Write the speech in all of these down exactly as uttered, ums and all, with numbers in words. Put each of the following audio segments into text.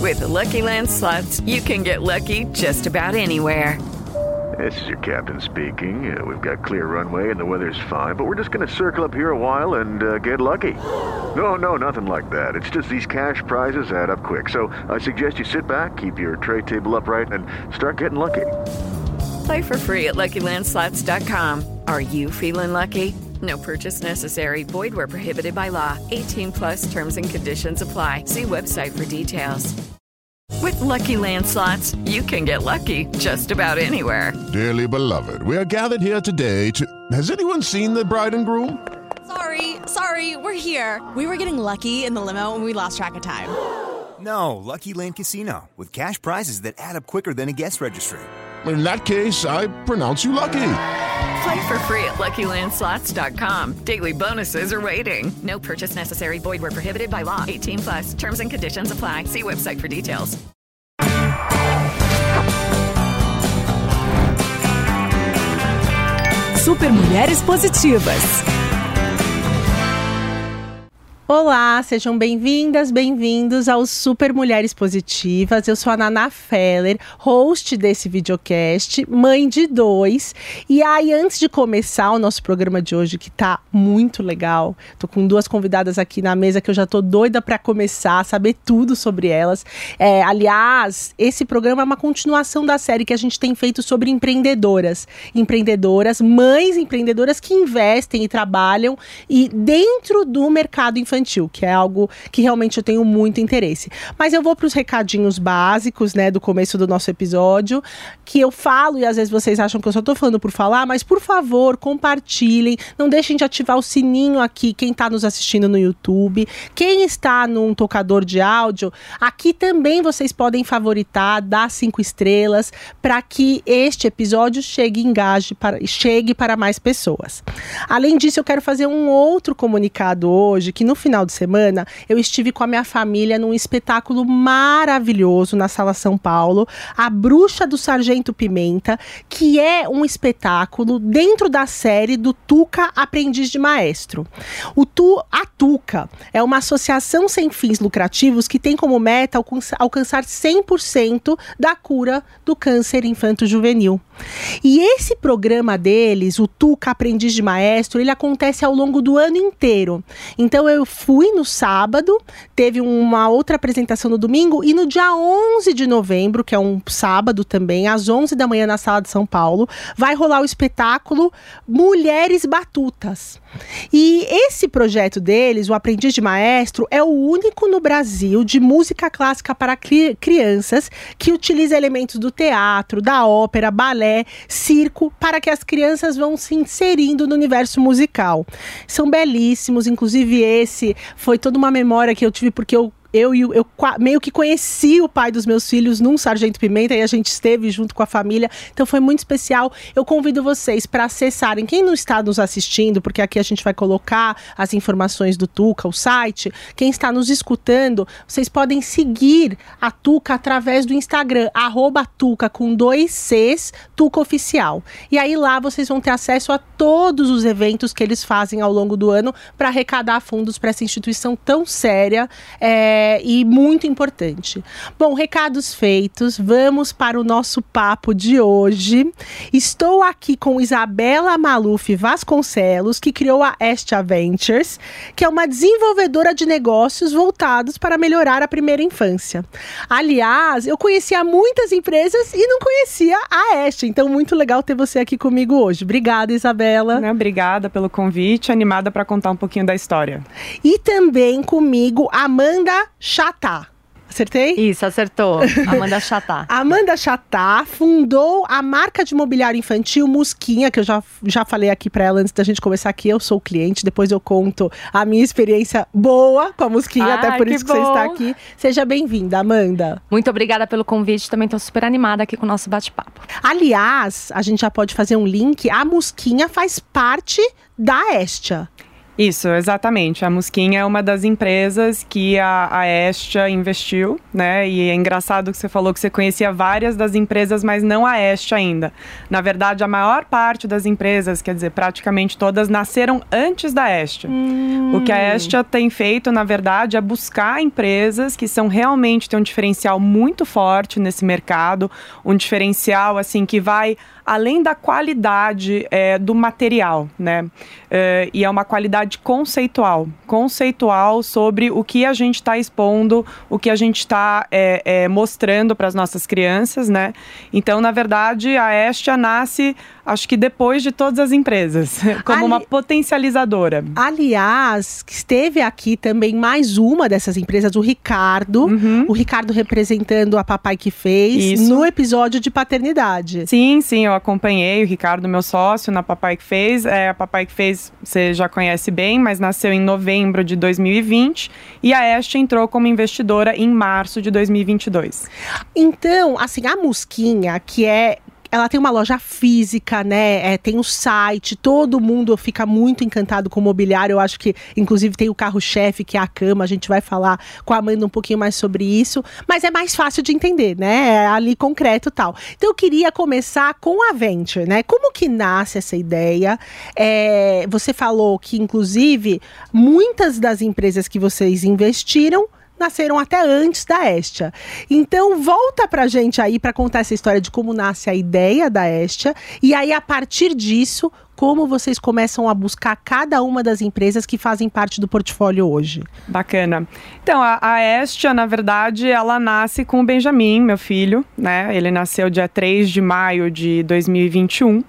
With the Lucky Land Slots, you can get lucky just about anywhere. This is your captain speaking. Uh, we've got clear runway and the weather's fine, but we're just going to circle up here a while and uh, get lucky. No, no, nothing like that. It's just these cash prizes add up quick. So I suggest you sit back, keep your tray table upright, and start getting lucky. Play for free at Lucky Land Slots dot com. Are you feeling lucky? No purchase necessary. Void where prohibited by law. eighteen plus terms and conditions apply. See website for details. With Lucky Land Slots, you can get lucky just about anywhere. Dearly beloved, we are gathered here today to... Has anyone seen the bride and groom? Sorry, sorry, we're here. We were getting lucky in the limo and we lost track of time. No, Lucky Land Casino, with cash prizes that add up quicker than a guest registry. In that case, I pronounce you lucky. Play for free at Lucky Land Slots dot com. Daily bonuses are waiting. No purchase necessary. Void where prohibited by law. eighteen plus. Terms and conditions apply. See website for details. Super Mulheres Positivas. Olá, sejam bem-vindas, bem-vindos ao Super Mulheres Positivas. Eu sou a Naná Feller, host desse videocast, mãe de dois. E aí, antes de começar o nosso programa de hoje, que tá muito legal, tô com duas convidadas aqui na mesa que eu já tô doida pra começar, saber tudo sobre elas. É, aliás, esse programa é uma continuação da série que a gente tem feito sobre empreendedoras. Empreendedoras, mães empreendedoras que investem e trabalham e dentro do mercado infantil. Infantil, que é algo que realmente eu tenho muito interesse. Mas eu vou para os recadinhos básicos, né, do começo do nosso episódio, que eu falo e às vezes vocês acham que eu só tô falando por falar, mas por favor, compartilhem, não deixem de ativar o sininho aqui, quem tá nos assistindo no YouTube, quem está num tocador de áudio, aqui também vocês podem favoritar, dar cinco estrelas, para que este episódio chegue, engaje para, chegue para mais pessoas. Além disso, eu quero fazer um outro comunicado hoje, que no final de semana, eu estive com a minha família num espetáculo maravilhoso na Sala São Paulo, A Bruxa do Sargento Pimenta, que é um espetáculo dentro da série do Tuca Aprendiz de Maestro. O tu, a Tuca é uma associação sem fins lucrativos que tem como meta alcançar cem por cento da cura do câncer infanto-juvenil. E esse programa deles, o Tuca Aprendiz de Maestro, ele acontece ao longo do ano inteiro. Então eu fui no sábado, teve uma outra apresentação no domingo e no dia onze de novembro, que é um sábado também, às onze da manhã na Sala de São Paulo, vai rolar o espetáculo Mulheres Batutas. E esse projeto deles, o Aprendiz de Maestro, é o único no Brasil de música clássica para cri- crianças que utiliza elementos do teatro, da ópera, balé, circo, para que as crianças vão se inserindo no universo musical. São belíssimos, inclusive esse foi toda uma memória que eu tive, porque eu Eu, eu, eu meio que conheci o pai dos meus filhos num Sargento Pimenta e a gente esteve junto com a família, então foi muito especial. Eu convido vocês para acessarem, quem não está nos assistindo, porque aqui a gente vai colocar as informações do Tuca, o site, quem está nos escutando, vocês podem seguir a Tuca através do Instagram, arroba Tuca com dois Cs, Tuca Oficial. E aí lá vocês vão ter acesso a todos os eventos que eles fazem ao longo do ano para arrecadar fundos para essa instituição tão séria, é, e muito importante. Bom, recados feitos, vamos para o nosso papo de hoje. Estou aqui com Isabela Maluf Vasconcelos, que criou a Estia Ventures, que é uma desenvolvedora de negócios voltados para melhorar a primeira infância. Aliás, eu conhecia muitas empresas e não conhecia a Estia, então muito legal ter você aqui comigo hoje. Obrigada, Isabela. Não, obrigada pelo convite, animada para contar um pouquinho da história. E também comigo, Amanda Chatá. Acertei? Isso, acertou. Amanda Chatá. Amanda Chatá fundou a marca de mobiliário infantil Musquinha, que eu já, já falei aqui para ela antes da gente começar aqui. Eu sou cliente, depois eu conto a minha experiência boa com a Musquinha, ah, até por isso que bom. Você está aqui. Seja bem-vinda, Amanda. Muito obrigada pelo convite, também estou super animada aqui com o nosso bate-papo. Aliás, a gente já pode fazer um link, a Musquinha faz parte da Estia. Isso, exatamente. A Musquinha é uma das empresas que a, a Estia investiu, né? E é engraçado que você falou que você conhecia várias das empresas, mas não a Estia ainda. Na verdade, a maior parte das empresas, quer dizer, praticamente todas, nasceram antes da Estia. Hum. O que a Estia tem feito, na verdade, é buscar empresas que são realmente, têm um diferencial muito forte nesse mercado, um diferencial, assim, que vai além da qualidade é, do material, né? É, e é uma qualidade conceitual, conceitual sobre o que a gente está expondo, o que a gente está é, é, mostrando para as nossas crianças, né? Então, na verdade, a Estia nasce, acho que depois de todas as empresas, como Ali... uma potencializadora. Aliás, esteve aqui também mais uma dessas empresas, o Ricardo, uhum. o Ricardo representando a Papai que Fez, Isso. no episódio de paternidade. Sim, sim, eu acompanhei o Ricardo, meu sócio, na Papai que Fez. É, a Papai que Fez, você já conhece bem, mas nasceu em novembro de dois mil e vinte e a Estia entrou como investidora em março de dois mil e vinte e dois. Então, assim, a Musquinha, que é... ela tem uma loja física, né? É, tem um site, todo mundo fica muito encantado com o mobiliário. Eu acho que, inclusive, tem o carro-chefe, que é a cama. A gente vai falar com a Amanda um pouquinho mais sobre isso. Mas é mais fácil de entender, né? É ali concreto e tal. Então, eu queria começar com a Venture, né? Como que nasce essa ideia? É, você falou que, inclusive, muitas das empresas que vocês investiram nasceram até antes da Estia. Então, volta pra gente aí para contar essa história de como nasce a ideia da Estia. E aí, a partir disso, como vocês começam a buscar cada uma das empresas que fazem parte do portfólio hoje. Bacana. Então, a, a Estia, na verdade, ela nasce com o Benjamin, meu filho, né? Ele nasceu dia três de maio de dois mil e vinte e um. Uh,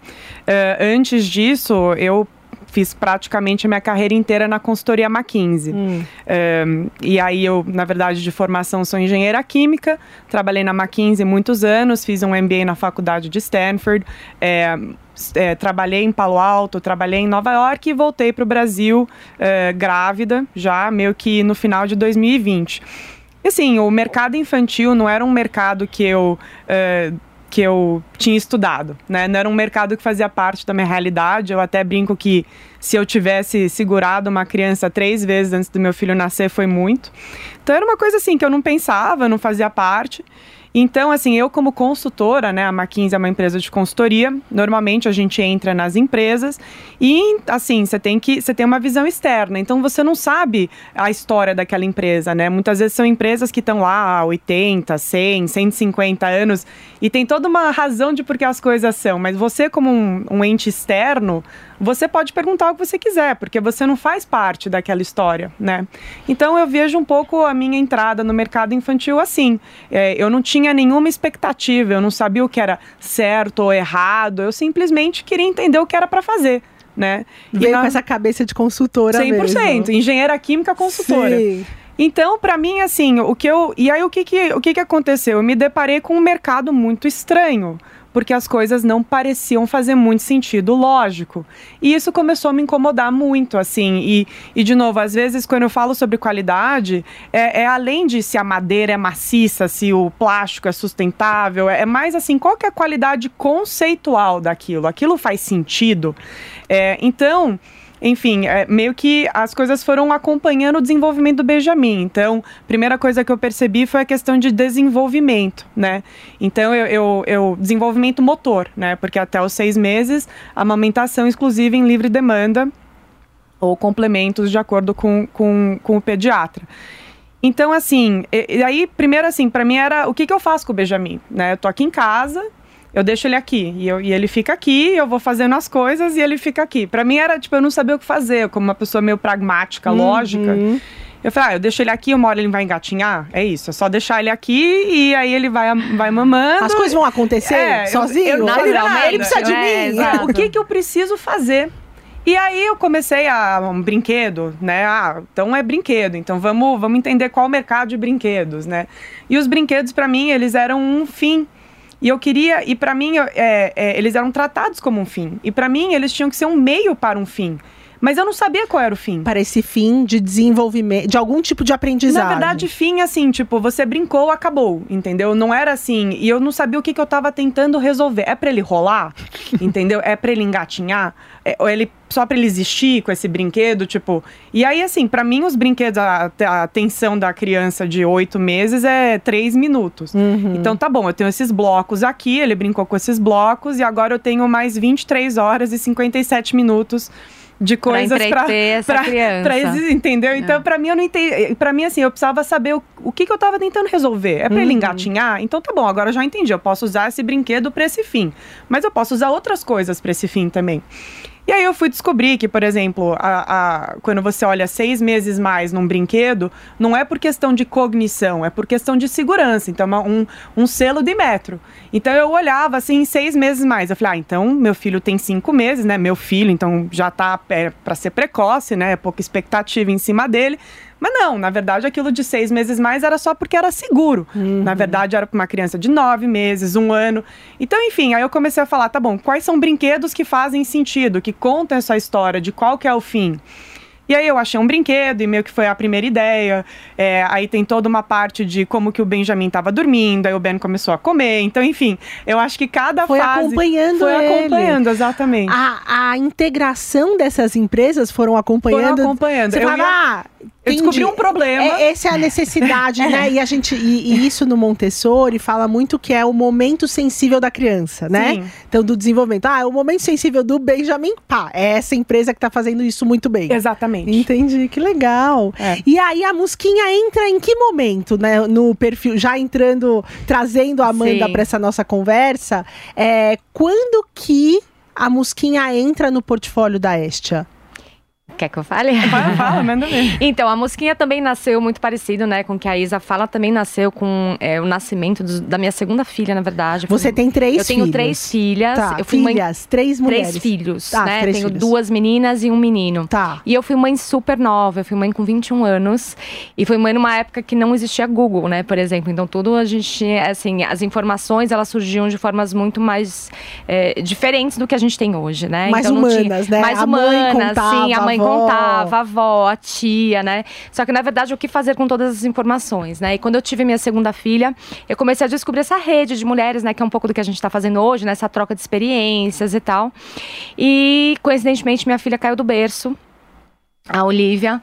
antes disso, eu fiz praticamente a minha carreira inteira na consultoria McKinsey. Hum. Um, e aí eu, na verdade, de formação sou engenheira química, trabalhei na McKinsey muitos anos, fiz um M B A na faculdade de Stanford, é, é, trabalhei em Palo Alto, trabalhei em Nova York e voltei para o Brasil é, grávida, já meio que no final de dois mil e vinte. E assim, o mercado infantil não era um mercado que eu... É, que eu tinha estudado, né? Não era um mercado que fazia parte da minha realidade. Eu até brinco que se eu tivesse segurado uma criança três vezes antes do meu filho nascer, foi muito. Então era uma coisa assim que eu não pensava, não fazia parte. Então, assim, eu como consultora, né, a McKinsey é uma empresa de consultoria, normalmente a gente entra nas empresas e, assim, você tem que, você tem uma visão externa, então você não sabe a história daquela empresa, né, muitas vezes são empresas que estão lá há oitenta, cem, cento e cinquenta anos e tem toda uma razão de por que as coisas são, mas você como um, um ente externo, você pode perguntar o que você quiser, porque você não faz parte daquela história, né? Então eu vejo um pouco a minha entrada no mercado infantil assim. É, eu não tinha nenhuma expectativa, eu não sabia o que era certo ou errado, eu simplesmente queria entender o que era para fazer, né? Veio na... com essa cabeça de consultora cem por cento, mesmo. Engenheira química consultora. Sim. Então, para mim, assim, o que eu... E aí, o que que, o que que aconteceu? Eu me deparei com um mercado muito estranho, porque as coisas não pareciam fazer muito sentido lógico. E isso começou a me incomodar muito, assim. E, e de novo, às vezes, quando eu falo sobre qualidade, é, é além de se a madeira é maciça, se o plástico é sustentável, é, é mais assim, qual que é a qualidade conceitual daquilo? Aquilo faz sentido? É, então... Enfim, é, meio que as coisas foram acompanhando o desenvolvimento do Benjamin. Então, a primeira coisa que eu percebi foi a questão de desenvolvimento, né? Então, eu, eu, eu desenvolvimento motor, né? Porque até os seis meses, a amamentação exclusiva em livre demanda ou complementos de acordo com, com, com o pediatra. Então, assim, e, e aí, primeiro assim, para mim era o que, que eu faço com o Benjamin, né? Eu tô aqui em casa... Eu deixo ele aqui, e, eu, e ele fica aqui, eu vou fazendo as coisas e ele fica aqui. Pra mim era, tipo, eu não sabia o que fazer, como uma pessoa meio pragmática, uhum. lógica. Eu falei, ah, eu deixo ele aqui, uma hora ele vai engatinhar, é isso, é só deixar ele aqui e aí ele vai, vai mamando. As coisas vão acontecer é, sozinho? Eu, eu não, ele precisa de é, mim. É, o que que eu preciso fazer? E aí eu comecei a um brinquedo, né? Ah, então é brinquedo, então vamos, vamos entender qual o mercado de brinquedos, né? E os brinquedos, pra mim, eles eram um fim. E eu queria, e para mim, é, é, eles eram tratados como um fim. E para mim, eles tinham que ser um meio para um fim. Mas eu não sabia qual era o fim. Para esse fim de desenvolvimento, de algum tipo de aprendizagem. Na verdade, fim, assim, tipo, você brincou, acabou, entendeu? Não era assim, e eu não sabia o que, que eu tava tentando resolver. É pra ele rolar, entendeu? É pra ele engatinhar? É, ou ele, só pra ele existir com esse brinquedo, tipo... E aí, assim, pra mim, os brinquedos, a, a atenção da criança de oito meses é três minutos. Uhum. Então, tá bom, eu tenho esses blocos aqui, ele brincou com esses blocos, e agora eu tenho mais vinte e três horas e cinquenta e sete minutos... de coisas pra pra, essa pra, criança. pra, entendeu? É. Então, pra mim, eu não entendi. Pra mim, assim, eu precisava saber o, o que, que eu tava tentando resolver. É pra Uhum. ele engatinhar? Então, tá bom, agora eu já entendi. Eu posso usar esse brinquedo pra esse fim. Mas eu posso usar outras coisas pra esse fim também. E aí eu fui descobrir que, por exemplo, a, a, quando você olha seis meses mais num brinquedo, não é por questão de cognição, é por questão de segurança. Então, é um, um selo de metro. Então, eu olhava, assim, seis meses mais. Eu falei, ah, então, meu filho tem cinco meses, né? Meu filho, então, já tá é, para ser precoce, né? Pouca expectativa em cima dele. Mas não, na verdade, aquilo de seis meses mais era só porque era seguro. Uhum. Na verdade, era para uma criança de nove meses, um ano. Então, enfim, aí eu comecei a falar, tá bom, quais são brinquedos que fazem sentido, que contam essa história de qual que é o fim? E aí eu achei um brinquedo e meio que foi a primeira ideia. É, aí tem toda uma parte de como que o Benjamin estava dormindo, aí o Ben começou a comer. Então, enfim, eu acho que cada foi fase... acompanhando Foi ele. acompanhando, exatamente. A, a integração dessas empresas foram acompanhando. Foram acompanhando. Você eu fala, ia... ah, Eu descobri um problema. É, essa é a necessidade, né? E, a gente, e, e isso no Montessori fala muito que é o momento sensível da criança, né? Sim. Então, do desenvolvimento. Ah, é o momento sensível do Benjamin, pá, é essa empresa que tá fazendo isso muito bem. Exatamente. Entendi, que legal. É. E aí, a Musquinha entra em que momento, né? No perfil, já entrando, trazendo a Amanda Sim. para essa nossa conversa, é, quando que a Musquinha entra no portfólio da Estia? Quer que eu fale? Fala, fala, manda ver. Então, a Musquinha também nasceu muito parecido, né, com o que a Isa fala. Também nasceu com é, o nascimento do, da minha segunda filha, na verdade. Você tem três filhos? Eu tenho três filhas. Tá, eu fui filhas, mãe... três mulheres. Três filhos, Ah, né? três tenho filhos. duas meninas e um menino. Tá. E eu fui mãe super nova. Eu fui mãe com vinte e um anos. E fui mãe numa época que não existia Google, né, por exemplo. Então, tudo a gente tinha, assim, as informações, elas surgiam de formas muito mais é, diferentes do que a gente tem hoje, né? Mais então, humanas, tinha... né? Mais a humanas, mãe contava, sim. A mãe a avó. contava, a avó, a tia, né? Só que, na verdade, o que fazer com todas as informações, né? E quando eu tive minha segunda filha, eu comecei a descobrir essa rede de mulheres, né? Que é um pouco do que a gente tá fazendo hoje, né? Essa troca de experiências e tal. E, coincidentemente, minha filha caiu do berço, a Olivia.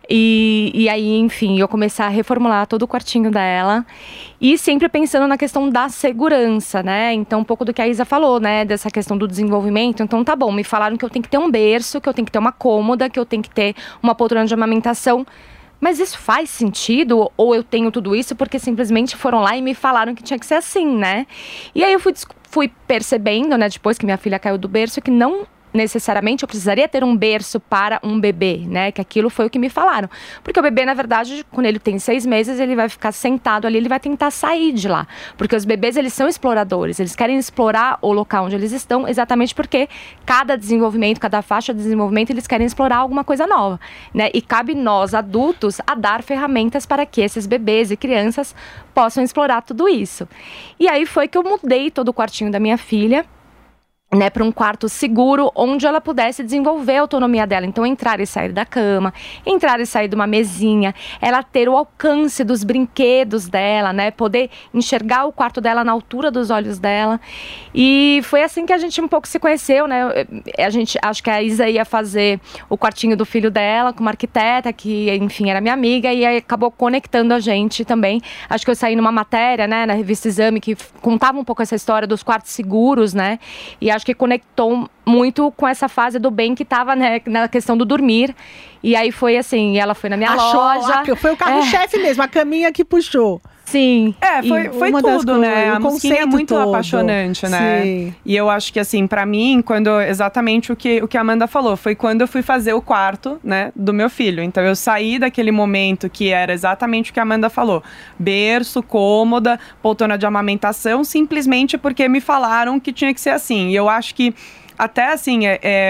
E, e aí, enfim, eu comecei a reformular todo o quartinho dela. E sempre pensando na questão da segurança, né? Então, um pouco do que a Isa falou, né? Dessa questão do desenvolvimento. Então, tá bom, me falaram que eu tenho que ter um berço, que eu tenho que ter uma cômoda, que eu tenho que ter uma poltrona de amamentação. Mas isso faz sentido? Ou eu tenho tudo isso porque simplesmente foram lá e me falaram que tinha que ser assim, né? E aí eu fui, fui percebendo, né? Depois que minha filha caiu do berço, que não... necessariamente eu precisaria ter um berço para um bebê, né? Que aquilo foi o que me falaram. Porque o bebê, na verdade, quando ele tem seis meses, ele vai ficar sentado ali, ele vai tentar sair de lá. Porque os bebês, eles são exploradores, eles querem explorar o local onde eles estão, exatamente porque cada desenvolvimento, cada faixa de desenvolvimento, eles querem explorar alguma coisa nova, né? E cabe nós, adultos, a dar ferramentas para que esses bebês e crianças possam explorar tudo isso. E aí foi que eu mudei todo o quartinho da minha filha, né, para um quarto seguro, onde ela pudesse desenvolver a autonomia dela. Então, entrar e sair da cama, entrar e sair de uma mesinha, ela ter o alcance dos brinquedos dela, né, poder enxergar o quarto dela na altura dos olhos dela. E foi assim que a gente um pouco se conheceu, né, a gente, acho que a Isa ia fazer o quartinho do filho dela com uma arquiteta, que, enfim, era minha amiga, e aí acabou conectando a gente também. Acho que eu saí numa matéria, né, na revista Exame, que contava um pouco essa história dos quartos seguros, né, e acho que conectou muito com essa fase do bem que estava, né, na questão do dormir. E aí foi assim, ela foi na minha Achou, loja. A, foi o carro-chefe é. mesmo, a caminha que puxou. Sim. É, foi, foi tudo, né? A Musquinha é muito todo. apaixonante, né? Sim. E eu acho que, assim, pra mim, quando exatamente o que, o que a Amanda falou, foi quando eu fui fazer o quarto, né, do meu filho. Então, eu saí daquele momento que era exatamente o que a Amanda falou. Berço, cômoda, poltrona de amamentação, simplesmente porque me falaram que tinha que ser assim. E eu acho que até assim, é, é,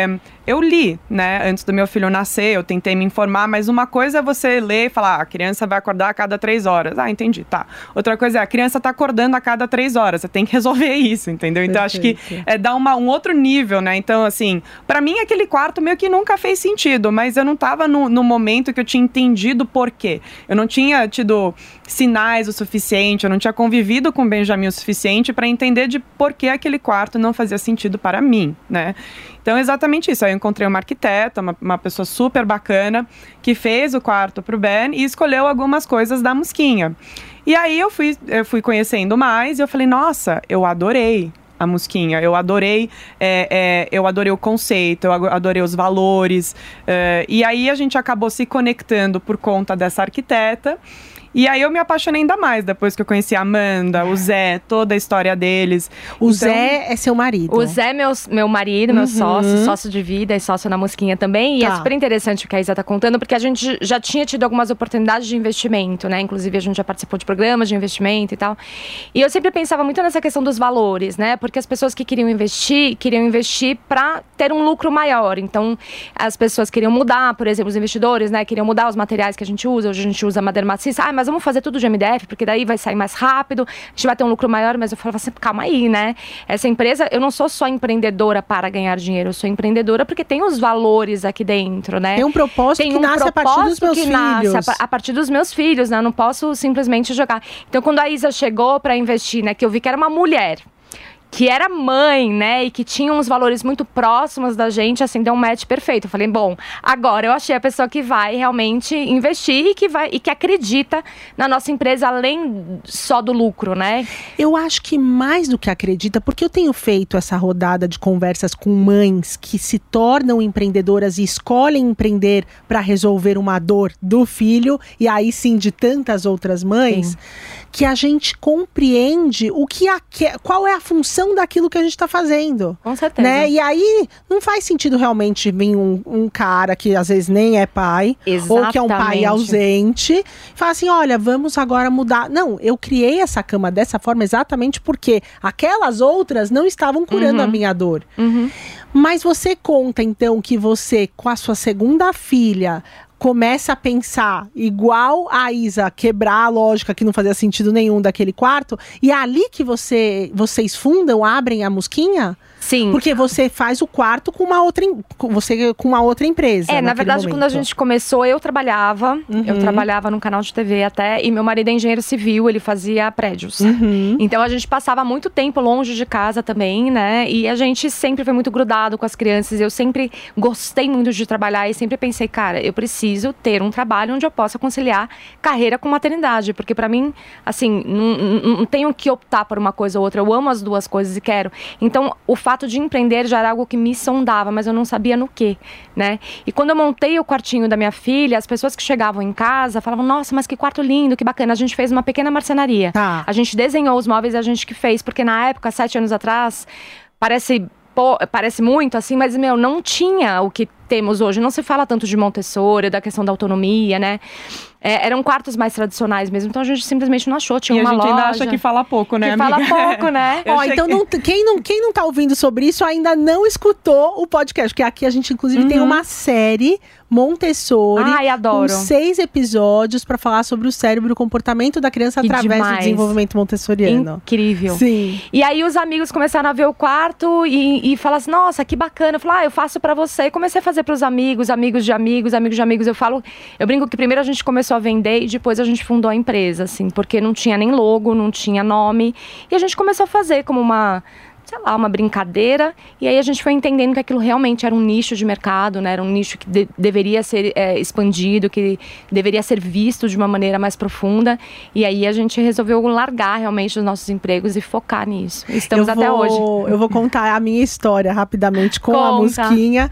eu li, né, antes do meu filho nascer, eu tentei me informar, mas uma coisa é você ler e falar, ah, a criança vai acordar a cada três horas. Ah, entendi, tá. Outra coisa é, a criança tá acordando a cada três horas, você tem que resolver isso, entendeu? Então, Perfeito. Acho que é, dá uma, um outro nível, né? Então, assim, pra mim, aquele quarto meio que nunca fez sentido, mas eu não tava no, no momento que eu tinha entendido por quê. Eu não tinha tido sinais o suficiente, eu não tinha convivido com o Benjamin o suficiente para entender de por que aquele quarto não fazia sentido para mim, né? Então, exatamente isso. Aí eu encontrei uma arquiteta, uma, uma pessoa super bacana, que fez o quarto pro Ben e escolheu algumas coisas da Musquinha. E aí eu fui, eu fui conhecendo mais e eu falei, nossa, eu adorei a Musquinha, eu adorei, é, é, eu adorei o conceito, eu adorei os valores. É, e aí a gente acabou se conectando por conta dessa arquiteta. E aí eu me apaixonei ainda mais, depois que eu conheci a Amanda, o Zé, toda a história deles. O então, Zé é seu marido? O Zé é meu, meu marido, meu uhum. sócio, sócio de vida e sócio na Musquinha também. E tá. É super interessante o que a Isa tá contando, porque a gente já tinha tido algumas oportunidades de investimento, né? Inclusive a gente já participou de programas de investimento e tal. E eu sempre pensava muito nessa questão dos valores, né? Porque as pessoas que queriam investir, queriam investir para ter um lucro maior. Então, as pessoas queriam mudar, por exemplo, os investidores, né? Queriam mudar os materiais que a gente usa. Hoje a gente usa madeira maciça. Ah, mas vamos fazer tudo de M D F, porque daí vai sair mais rápido, a gente vai ter um lucro maior. Mas eu falava assim, calma aí, né? Essa empresa, eu não sou só empreendedora para ganhar dinheiro, eu sou empreendedora porque tem os valores aqui dentro, né? Tem um propósito tem que um nasce a partir dos meus que filhos. Nasce a, a partir dos meus filhos, né? Eu não posso simplesmente jogar. Então, quando a Isa chegou para investir, né? Que eu vi que era uma mulher que era mãe, né, e que tinha uns valores muito próximos da gente, assim, deu um match perfeito. Eu falei, bom, agora eu achei a pessoa que vai realmente investir e que, vai, e que acredita na nossa empresa, além só do lucro, né? Eu acho que mais do que acredita, porque eu tenho feito essa rodada de conversas com mães que se tornam empreendedoras e escolhem empreender para resolver uma dor do filho, e aí sim de tantas outras mães, sim. que a gente compreende o que a, qual é a função daquilo que a gente tá fazendo. Com certeza. Né? E aí, não faz sentido realmente vir um, um cara que às vezes nem é pai, Exatamente. ou que é um pai ausente, e fala assim, olha, vamos agora mudar. Não, eu criei essa cama dessa forma exatamente porque aquelas outras não estavam curando uhum. a minha dor. Uhum. Mas você conta, então, que você, com a sua segunda filha, começa a pensar igual a Isa, quebrar a lógica que não fazia sentido nenhum daquele quarto, e é ali que você, vocês fundam, abrem a Musquinha? Sim. Porque você faz o quarto com uma outra, com você, com uma outra empresa. É, na verdade, momento. Quando a gente começou, eu trabalhava. Uhum. Eu trabalhava num canal de T V até. E meu marido é engenheiro civil, ele fazia prédios. Uhum. Então a gente passava muito tempo longe de casa também, né? E a gente sempre foi muito grudado com as crianças. Eu sempre gostei muito de trabalhar e sempre pensei, cara, eu preciso ter um trabalho onde eu possa conciliar carreira com maternidade. Porque pra mim, assim, não, não tenho que optar por uma coisa ou outra. Eu amo as duas coisas e quero. Então, o fato de empreender já era algo que me sondava, mas eu não sabia no quê, né? E quando eu montei o quartinho da minha filha, as pessoas que chegavam em casa falavam, nossa, mas que quarto lindo, que bacana. A gente fez uma pequena marcenaria. Tá. A gente desenhou os móveis, a gente que fez, porque na época, sete anos atrás, parece, pô, parece muito assim, mas, meu, não tinha o que temos hoje. Não se fala tanto de Montessori, da questão da autonomia, né? É, eram quartos mais tradicionais mesmo, então a gente simplesmente não achou, tinha e uma loja. E a gente ainda acha que fala pouco, né, que amiga? fala pouco, né? Ó, então não, quem, não, quem não tá ouvindo sobre isso ainda não escutou o podcast, porque aqui a gente inclusive uhum. tem uma série Montessori. Ai, adoro. Com seis episódios pra falar sobre o cérebro e o comportamento da criança que através demais. do desenvolvimento montessoriano. Incrível. Sim. E aí os amigos começaram a ver o quarto e, e falaram assim, nossa, que bacana. Eu falei, ah, eu faço pra você. E comecei a fazer pros amigos, amigos de amigos, amigos de amigos. Eu falo, eu brinco que primeiro a gente começou a vender e depois a gente fundou a empresa, assim, porque não tinha nem logo, não tinha nome. E a gente começou a fazer como uma, sei lá, uma brincadeira. E aí a gente foi entendendo que aquilo realmente era um nicho de mercado, né? Era um nicho que de- deveria ser é, expandido, que deveria ser visto de uma maneira mais profunda. E aí a gente resolveu largar realmente os nossos empregos e focar nisso. Estamos eu até vou, hoje. Eu vou contar a minha história rapidamente com Conta. a Musquinha.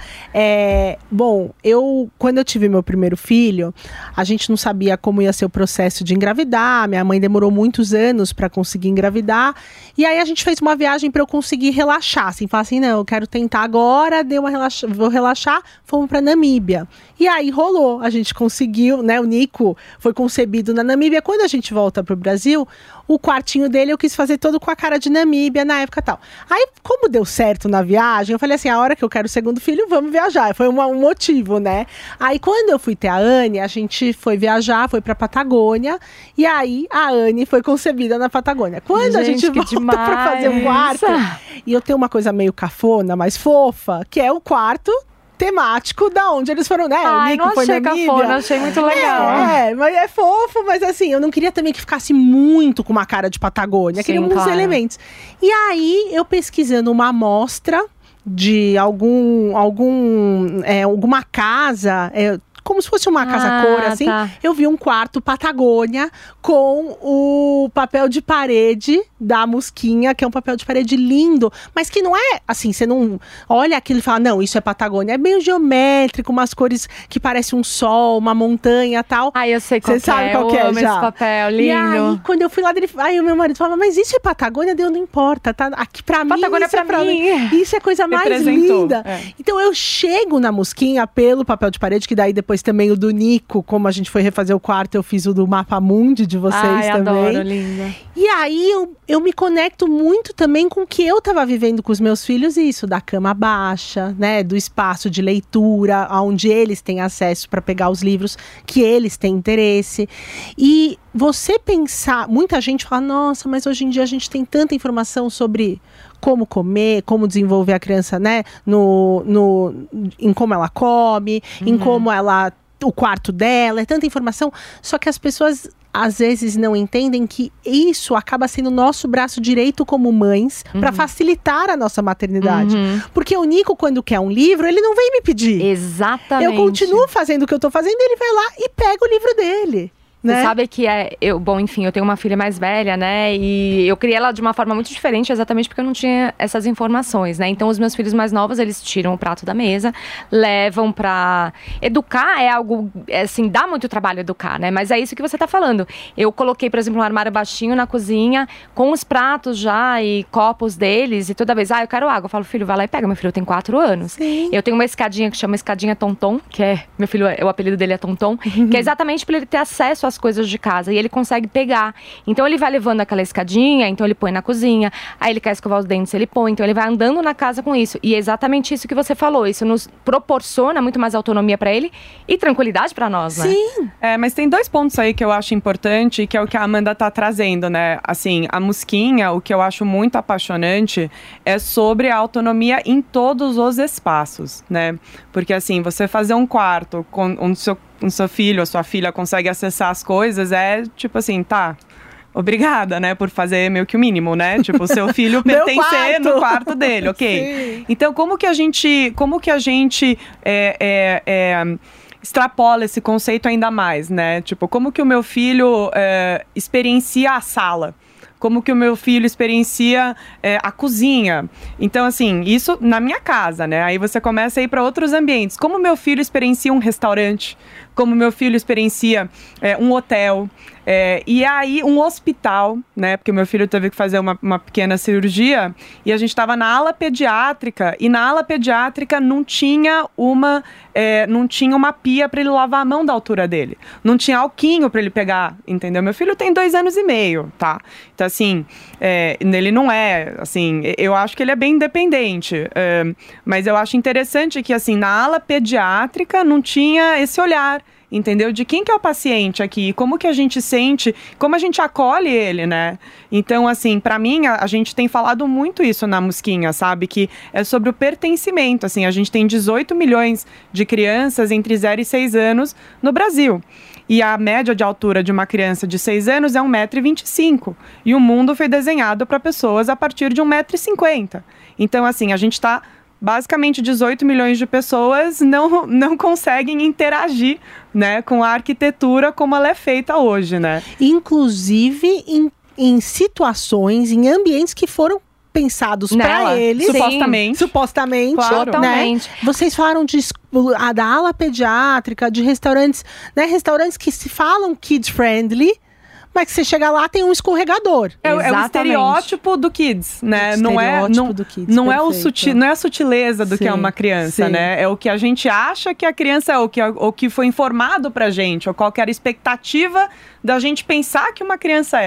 É, bom, eu quando eu tive meu primeiro filho, a gente não sabia como ia ser o processo de engravidar. Minha mãe demorou muitos anos para conseguir engravidar. E aí a gente fez uma viagem para eu conseguir relaxar, assim, falar assim, não, eu quero tentar agora, dei uma relaxa, vou relaxar, fomos para Namíbia. E aí rolou, a gente conseguiu, né, o Nico foi concebido na Namíbia. Quando a gente volta pro Brasil, o quartinho dele eu quis fazer todo com a cara de Namíbia na época e tal. Aí, como deu certo na viagem, eu falei assim, a hora que eu quero o segundo filho, vamos viajar. Foi uma, um motivo, né? Aí, quando eu fui ter a Anne, a gente foi viajar, foi pra Patagônia, e aí a Anne foi concebida na Patagônia. Quando gente, a gente volta demais. pra fazer o quarto, e eu tenho uma coisa meio cafona, mas fofa, que é o quarto temático da onde eles foram, né? Ai, o Nico não foi achei Namíbia. cafona, achei muito legal. É, é, mas é fofo, mas assim, eu não queria também que ficasse muito com uma cara de Patagônia, Sim, queria uns claro. elementos. E aí, eu pesquisando uma amostra de algum, algum é, alguma casa, é, como se fosse uma casa-cor, ah, assim, tá. eu vi um quarto Patagônia com o papel de parede da Musquinha, que é um papel de parede lindo, mas que não é, assim, você não olha aquilo e fala, não, isso é Patagônia, é meio geométrico, umas cores que parecem um sol, uma montanha e tal. Ah, eu sei qual Você sabe é, qual eu que é amo já. esse papel, lindo. E aí, quando eu fui lá, dele, aí o meu marido falava, mas isso é Patagônia? Deu, não importa, tá? Aqui pra Patagônia mim, isso é é pra pra mim. mim. Isso é a coisa mais Representou, linda. é. Então eu chego na Musquinha pelo papel de parede, que daí depois também o do Nico, como a gente foi refazer o quarto, eu fiz o do Mapa Mundi de vocês Ai, também. adoro, linda. E aí eu, eu me conecto muito também com o que eu tava vivendo com os meus filhos, isso, da cama baixa, né, do espaço de leitura, onde eles têm acesso para pegar os livros que eles têm interesse. E você pensar, muita gente fala, nossa, mas hoje em dia a gente tem tanta informação sobre como comer, como desenvolver a criança, né, no, no, em como ela come, uhum. em como ela, o quarto dela, é tanta informação, só que as pessoas às vezes não entendem que isso acaba sendo o nosso braço direito como mães, uhum. para facilitar a nossa maternidade. Uhum. Porque o Nico, quando quer um livro, ele não vem me pedir. Exatamente. Eu continuo fazendo o que eu tô fazendo, ele vai lá e pega o livro dele. Você né? sabe que é, eu, bom, enfim, eu tenho uma filha mais velha, né, e eu criei ela de uma forma muito diferente, exatamente porque eu não tinha essas informações, né, então os meus filhos mais novos, eles tiram o prato da mesa, levam pra... Educar é algo, é, assim, dá muito trabalho educar, né, mas é isso que você tá falando. Eu coloquei, por exemplo, um armário baixinho na cozinha, com os pratos já e copos deles, e toda vez, ah, eu quero água, eu falo, filho, vai lá e pega, meu filho tem quatro anos. Sim. Eu tenho uma escadinha que chama escadinha Tonton, que é, meu filho, o apelido dele é Tonton, que é exatamente para ele ter acesso as coisas de casa, e ele consegue pegar. Então ele vai levando aquela escadinha, então ele põe na cozinha, aí ele quer escovar os dentes, ele põe, então ele vai andando na casa com isso. E é exatamente isso que você falou, isso nos proporciona muito mais autonomia para ele e tranquilidade para nós, né? Sim. É, mas tem dois pontos aí que eu acho importante, que é o que a Amanda tá trazendo, né? Assim, a Musquinha, o que eu acho muito apaixonante é sobre a autonomia em todos os espaços, né? Porque assim, você fazer um quarto com onde seu um seu filho ou sua filha consegue acessar as coisas, é tipo assim, tá, obrigada, né, por fazer meio que o mínimo, né, tipo, o seu filho pertencer no quarto dele, ok. Sim. Então, como que a gente, como que a gente é, é, é, extrapola esse conceito ainda mais, né, tipo, como que o meu filho é, experiencia a sala? Como que o meu filho experiencia é, a cozinha. Então, assim, isso na minha casa, né? Aí você começa a ir para outros ambientes. Como o meu filho experiencia um restaurante, como o meu filho experiencia é, um hotel, é, e aí um hospital, né? Porque o meu filho teve que fazer uma, uma pequena cirurgia e a gente estava na ala pediátrica, e na ala pediátrica não tinha uma, é, não tinha uma pia para ele lavar a mão da altura dele. Não tinha alquinho para ele pegar, entendeu? Meu filho tem dois anos e meio, tá? Então, assim, é, ele não é, assim, eu acho que ele é bem independente, é, mas eu acho interessante que, assim, na ala pediátrica não tinha esse olhar, entendeu? De quem que é o paciente aqui, como que a gente sente, como a gente acolhe ele, né? Então, assim, pra mim, a, a gente tem falado muito isso na Musquinha, sabe? Que é sobre o pertencimento, assim, a gente tem dezoito milhões de crianças entre zero e seis anos no Brasil. E a média de altura de uma criança de seis anos é um metro e vinte e cinco. E o mundo foi desenhado para pessoas a partir de um metro e cinquenta. Então, assim, a gente está... Basicamente, dezoito milhões de pessoas não, não conseguem interagir, né, com a arquitetura como ela é feita hoje, né? Inclusive em, em situações, em ambientes que foram pensados para eles. Supostamente. Sim, supostamente. Claro. Né? Vocês falaram de, a, da ala pediátrica, de restaurantes, né, restaurantes que se falam kids-friendly, mas que você chega lá, tem um escorregador. É, é o estereótipo do kids, né? O não é, não, do kids, não, é o suti, não é a sutileza do sim, que é uma criança, sim. né? É o que a gente acha que a criança é, o que, o que foi informado pra gente, ou qual que era a expectativa da gente pensar que uma criança é.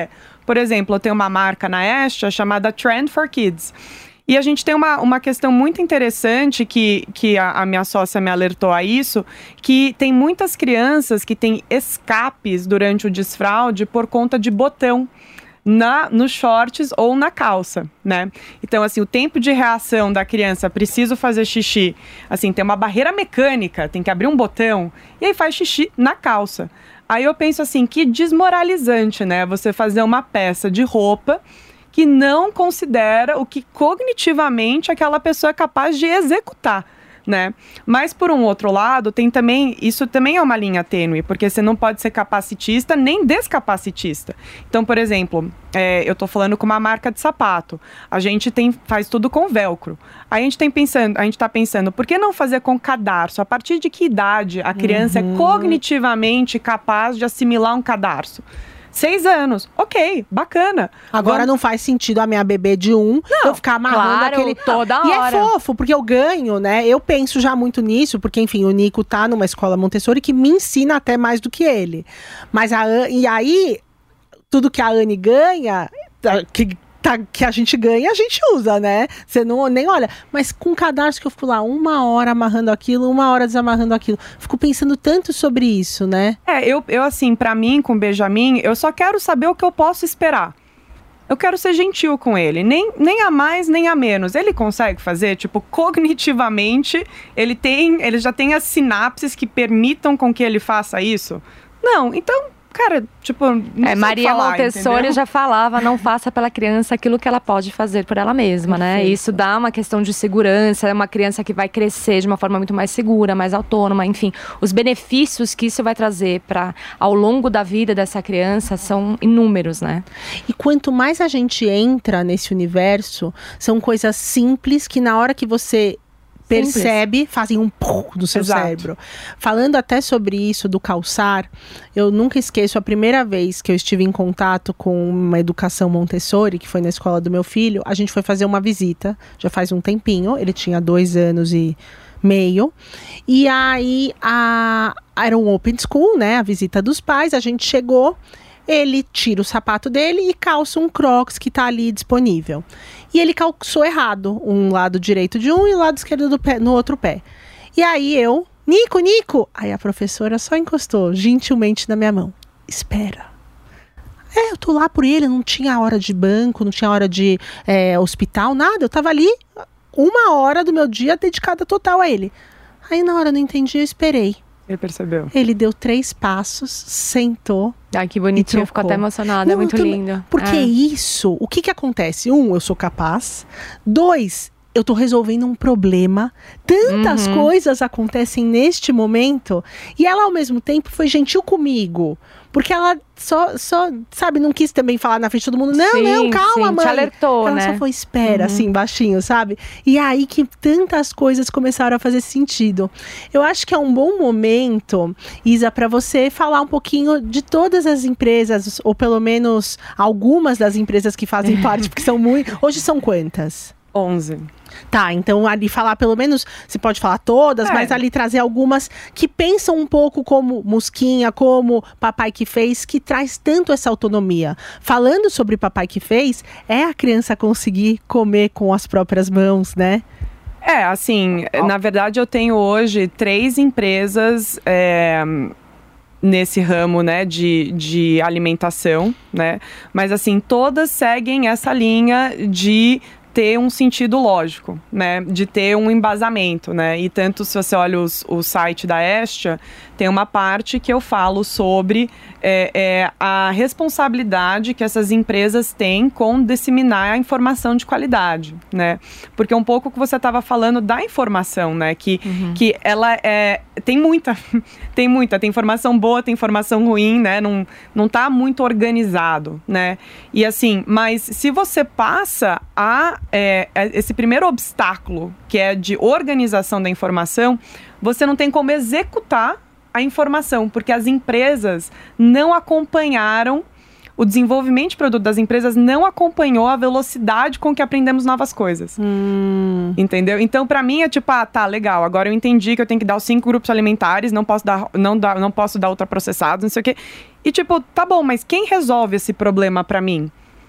Por exemplo, eu tenho uma marca na Estia chamada Trend for Kids. E a gente tem uma, uma questão muito interessante que, que a, a minha sócia me alertou a isso, que tem muitas crianças que têm escapes durante o desfraude por conta de botão na, nos shorts ou na calça, né? Então, assim, o tempo de reação da criança, preciso fazer xixi, assim, tem uma barreira mecânica, tem que abrir um botão, e aí faz xixi na calça. Aí eu penso assim, que desmoralizante, né? Você fazer uma peça de roupa que não considera o que cognitivamente aquela pessoa é capaz de executar, né? Mas, por um outro lado, tem também, isso também é uma linha tênue, porque você não pode ser capacitista nem descapacitista. Então, por exemplo, é, eu tô falando com uma marca de sapato, a gente tem, faz tudo com velcro. Aí a gente, tem pensando, a gente tá pensando, por que não fazer com cadarço? A partir de que idade a criança uhum. é cognitivamente capaz de assimilar um cadarço? Seis anos, ok, bacana. Agora Vamos... não faz sentido a minha bebê de um não, eu ficar amarrando claro, aquele... toda e hora. E é fofo, porque eu ganho, né? Eu penso já muito nisso, porque, enfim, o Nico tá numa escola Montessori que me ensina até mais do que ele. Mas a An... E aí, tudo que a Anne ganha, que... Tá, que a gente ganha, a gente usa, né? Você não nem olha. Mas com cadarço que eu fico lá uma hora amarrando aquilo, uma hora desamarrando aquilo. Fico pensando tanto sobre isso, né? É, eu, eu assim, pra mim, com o Benjamin, eu só quero saber o que eu posso esperar. Eu quero ser gentil com ele. Nem, nem a mais, nem a menos. Ele consegue fazer, tipo, cognitivamente, ele tem, ele já tem as sinapses que permitam com que ele faça isso? Não, então... Cara, tipo, não é, Maria falar, Montessori entendeu? já falava, não faça pela criança aquilo que ela pode fazer por ela mesma, né? Perfeito. Isso dá uma questão de segurança, é uma criança que vai crescer de uma forma muito mais segura, mais autônoma, enfim. Os benefícios que isso vai trazer para ao longo da vida dessa criança são inúmeros, né? E quanto mais a gente entra nesse universo, são coisas simples que na hora que você percebe, Simples. fazem um pum no seu Exato. cérebro. Falando até sobre isso do calçar, eu nunca esqueço a primeira vez que eu estive em contato com uma educação Montessori, que foi na escola do meu filho. A gente foi fazer uma visita, já faz um tempinho, ele tinha dois anos e meio. E aí, a, era um open school, né, a visita dos pais, a gente chegou, ele tira o sapato dele e calça um Crocs que tá ali disponível. E ele calçou errado, um lado direito de um e o lado esquerdo do pé, no outro pé. E aí eu, Nico, Nico! Aí a professora só encostou gentilmente na minha mão. Espera. É, eu tô lá por ele, não tinha hora de banco, não tinha hora de é, hospital, nada. Eu tava ali uma hora do meu dia dedicada total a ele. Aí na hora eu não entendi, eu esperei. Ele percebeu. Ele deu três passos, sentou. Ai, que bonitinho, ficou até emocionada, não, é muito também, lindo. Porque é. isso, o que que acontece? Um, eu sou capaz. Dois, eu tô resolvendo um problema. Tantas uhum. coisas acontecem neste momento. E ela, ao mesmo tempo, foi gentil comigo. Porque ela só, só, sabe, não quis também falar na frente de todo mundo. Não, sim, não, calma, sim, mãe. Te alertou, ela né? só foi, espera, uhum. assim, baixinho, sabe? E é aí que tantas coisas começaram a fazer sentido. Eu acho que é um bom momento, Isa, para você falar um pouquinho de todas as empresas, ou pelo menos algumas das empresas que fazem parte, porque são muito... Hoje são quantas? onze. Tá, então ali falar pelo menos, você pode falar todas, é. mas ali trazer algumas que pensam um pouco como Musquinha, como Papai que Fez, que traz tanto essa autonomia. Falando sobre Papai que Fez, é a criança conseguir comer com as próprias mãos, né? É, assim, oh. na verdade eu tenho hoje três empresas é, nesse ramo, né, de, de alimentação, né? Mas assim, todas seguem essa linha de ter um sentido lógico, né, de ter um embasamento, né, e tanto se você olha os, o site da Estia, tem uma parte que eu falo sobre é, é, a responsabilidade que essas empresas têm com disseminar a informação de qualidade, né, porque um pouco que você estava falando da informação, né, que, uhum. que ela é, tem muita, tem muita, tem informação boa, tem informação ruim, né, não, não tá muito organizado, né, e assim, mas se você passa a É, esse primeiro obstáculo, que é de organização da informação, você não tem como executar a informação, porque as empresas não acompanharam o desenvolvimento de produto das empresas não acompanhou a velocidade com que aprendemos novas coisas. Hum. Entendeu? Então, pra mim, é tipo, ah, tá, legal, agora eu entendi que eu tenho que dar os cinco grupos alimentares, não posso dar, não dar, não posso dar ultraprocessados, não sei o quê. E tipo, tá bom, mas quem resolve esse problema pra mim?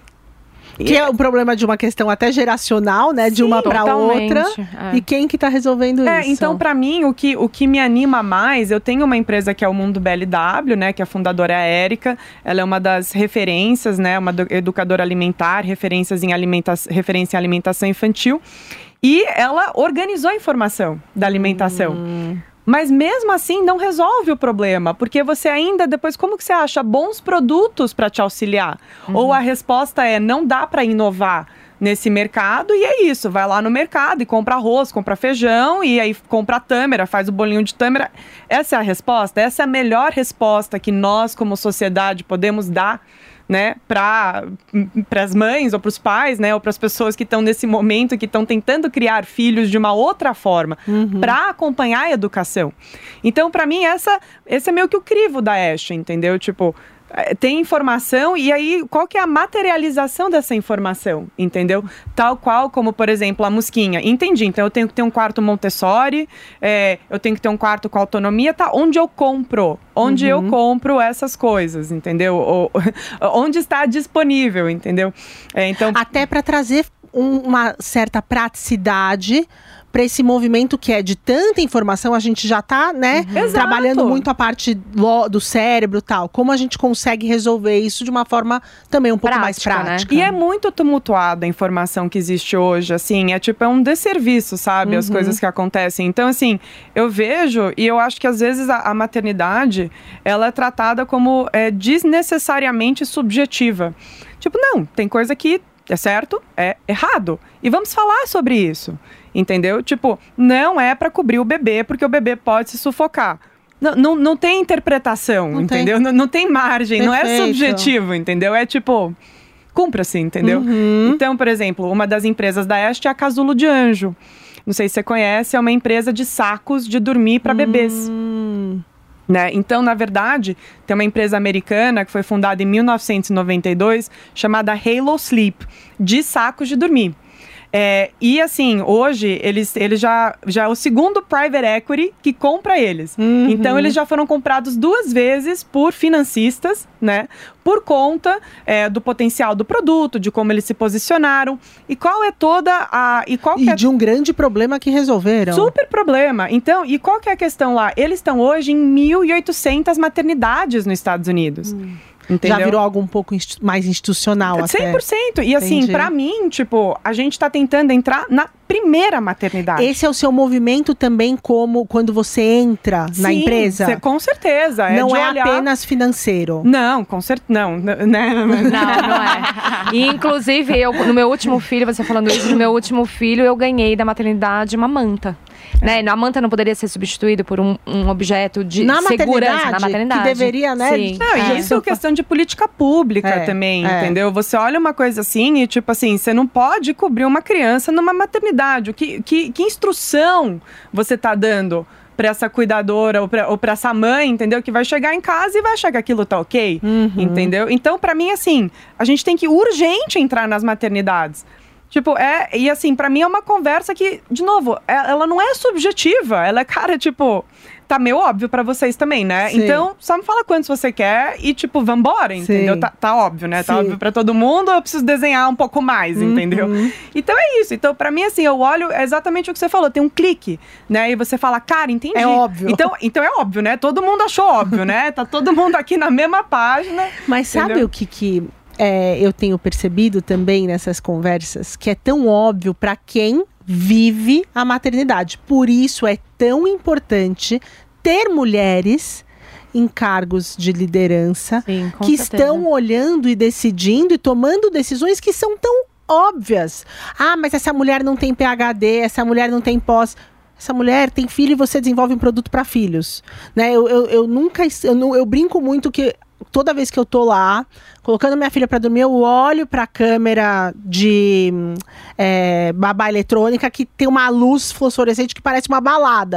Que é um problema de uma questão até geracional, né? De Sim, uma para outra. é. E quem que tá resolvendo É, isso? então, pra mim, o que, o que me anima mais, eu tenho uma empresa que é o Mundo B L W, né? Que a fundadora é a Érica. Ela é uma das referências, né? Uma do, educadora alimentar, referências em alimenta, referência em alimentação infantil. E ela organizou a informação da alimentação. Hum. Mas mesmo assim não resolve o problema, porque você ainda, depois, como que você acha bons produtos para te auxiliar? Uhum. Ou a resposta é, não dá para inovar nesse mercado e é isso, vai lá no mercado e compra arroz, compra feijão e aí compra tâmera, faz o bolinho de tâmera. Essa é a resposta, essa é a melhor resposta que nós como sociedade podemos dar, né, para as mães ou para os pais, né, ou para as pessoas que estão nesse momento, que estão tentando criar filhos de uma outra forma, uhum. para acompanhar a educação. Então, para mim, essa, esse é meio que o crivo da Ash, entendeu? Tipo, tem informação e aí qual que é a materialização dessa informação, entendeu? Tal qual como, por exemplo, a Musquinha. Entendi, então eu tenho que ter um quarto Montessori, é, eu tenho que ter um quarto com autonomia, tá? Onde eu compro? Onde uhum. eu compro essas coisas, entendeu? Ou, onde está disponível, entendeu? É, então... Até para trazer um, uma certa praticidade para esse movimento que é de tanta informação, a gente já tá, né, uhum. trabalhando muito a parte do, do cérebro e tal. Como a gente consegue resolver isso de uma forma também um pouco prática, mais prática. Né? E é muito tumultuada a informação que existe hoje, assim, é tipo, é um desserviço, sabe, uhum. as coisas que acontecem. Então, assim, eu vejo e eu acho que às vezes a, a maternidade, ela é tratada como é, desnecessariamente subjetiva. Tipo, não, tem coisa que é certo, é errado. E vamos falar sobre isso. Entendeu? Tipo, não é para cobrir o bebê, porque o bebê pode se sufocar. Não, não, não tem interpretação, não entendeu? Tem. Não, não tem margem, Perfeito. Não é subjetivo, entendeu? É tipo, cumpra-se, entendeu? Uhum. Então, por exemplo, uma das empresas da Est é a Casulo de Anjo. Não sei se você conhece, é uma empresa de sacos de dormir para bebês. Hum. Né? Então, na verdade, tem uma empresa americana que foi fundada em mil novecentos e noventa e dois, chamada Halo Sleep, de sacos de dormir. É, e assim, hoje, eles, eles já, já é o segundo private equity que compra eles. Uhum. Então, eles já foram comprados duas vezes por financistas, né? Por conta é, do potencial do produto, de como eles se posicionaram. E qual é toda a... E, qual e que é... de um grande problema que resolveram. Super problema. Então, e qual que é a questão lá? Eles estão hoje em mil e oitocentas maternidades nos Estados Unidos. Hum. Entendeu? Já virou algo um pouco inst- mais institucional até. cem por cento. E assim, Entendi. Pra mim, tipo, a gente tá tentando entrar na primeira maternidade. Esse é o seu movimento também como quando você entra Sim, na empresa? Cê, com certeza. É não é olhar... apenas financeiro. Não, com certeza. Não, né? Não, não é. E inclusive, eu, no meu último filho, você falando isso, no meu último filho, eu ganhei da maternidade uma manta. Né? A manta não poderia ser substituída por um, um objeto de na segurança na maternidade. Que deveria, né? Sim. Não, e é. isso é questão de política pública é, também, é. entendeu? Você olha uma coisa assim e, tipo assim, você não pode cobrir uma criança numa maternidade. Que, que, que instrução você tá dando para essa cuidadora ou para ou pra essa mãe, entendeu? Que vai chegar em casa e vai achar que aquilo tá ok, uhum. entendeu? Então, para mim, assim, a gente tem que urgente entrar nas maternidades. Tipo, é... E assim, pra mim é uma conversa que, de novo, ela não é subjetiva. Ela é, cara, tipo... Tá meio óbvio pra vocês também, né? Sim. Então, só me fala quantos você quer e, tipo, vambora, entendeu? Tá, tá óbvio, né? Sim. Tá óbvio pra todo mundo, eu preciso desenhar um pouco mais, uhum. entendeu? Então, é isso. Então, pra mim, assim, eu olho exatamente o que você falou. Tem um clique, né? E você fala, cara, entendi. É óbvio. Então, então é óbvio, né? Todo mundo achou óbvio, né? Tá todo mundo aqui na mesma página. Mas sabe entendeu? o que que... É, eu tenho percebido também nessas conversas que é tão óbvio para quem vive a maternidade. Por isso é tão importante ter mulheres em cargos de liderança. Sim, com que certeza. Estão olhando e decidindo e tomando decisões que são tão óbvias. Ah, mas essa mulher não tem P H D, essa mulher não tem pós... Essa mulher tem filho e você desenvolve um produto para filhos. Né? Eu, eu, eu nunca... Eu, eu brinco muito que... Toda vez que eu tô lá, colocando minha filha pra dormir, eu olho pra câmera de é, babá eletrônica que tem uma luz fluorescente que parece uma balada.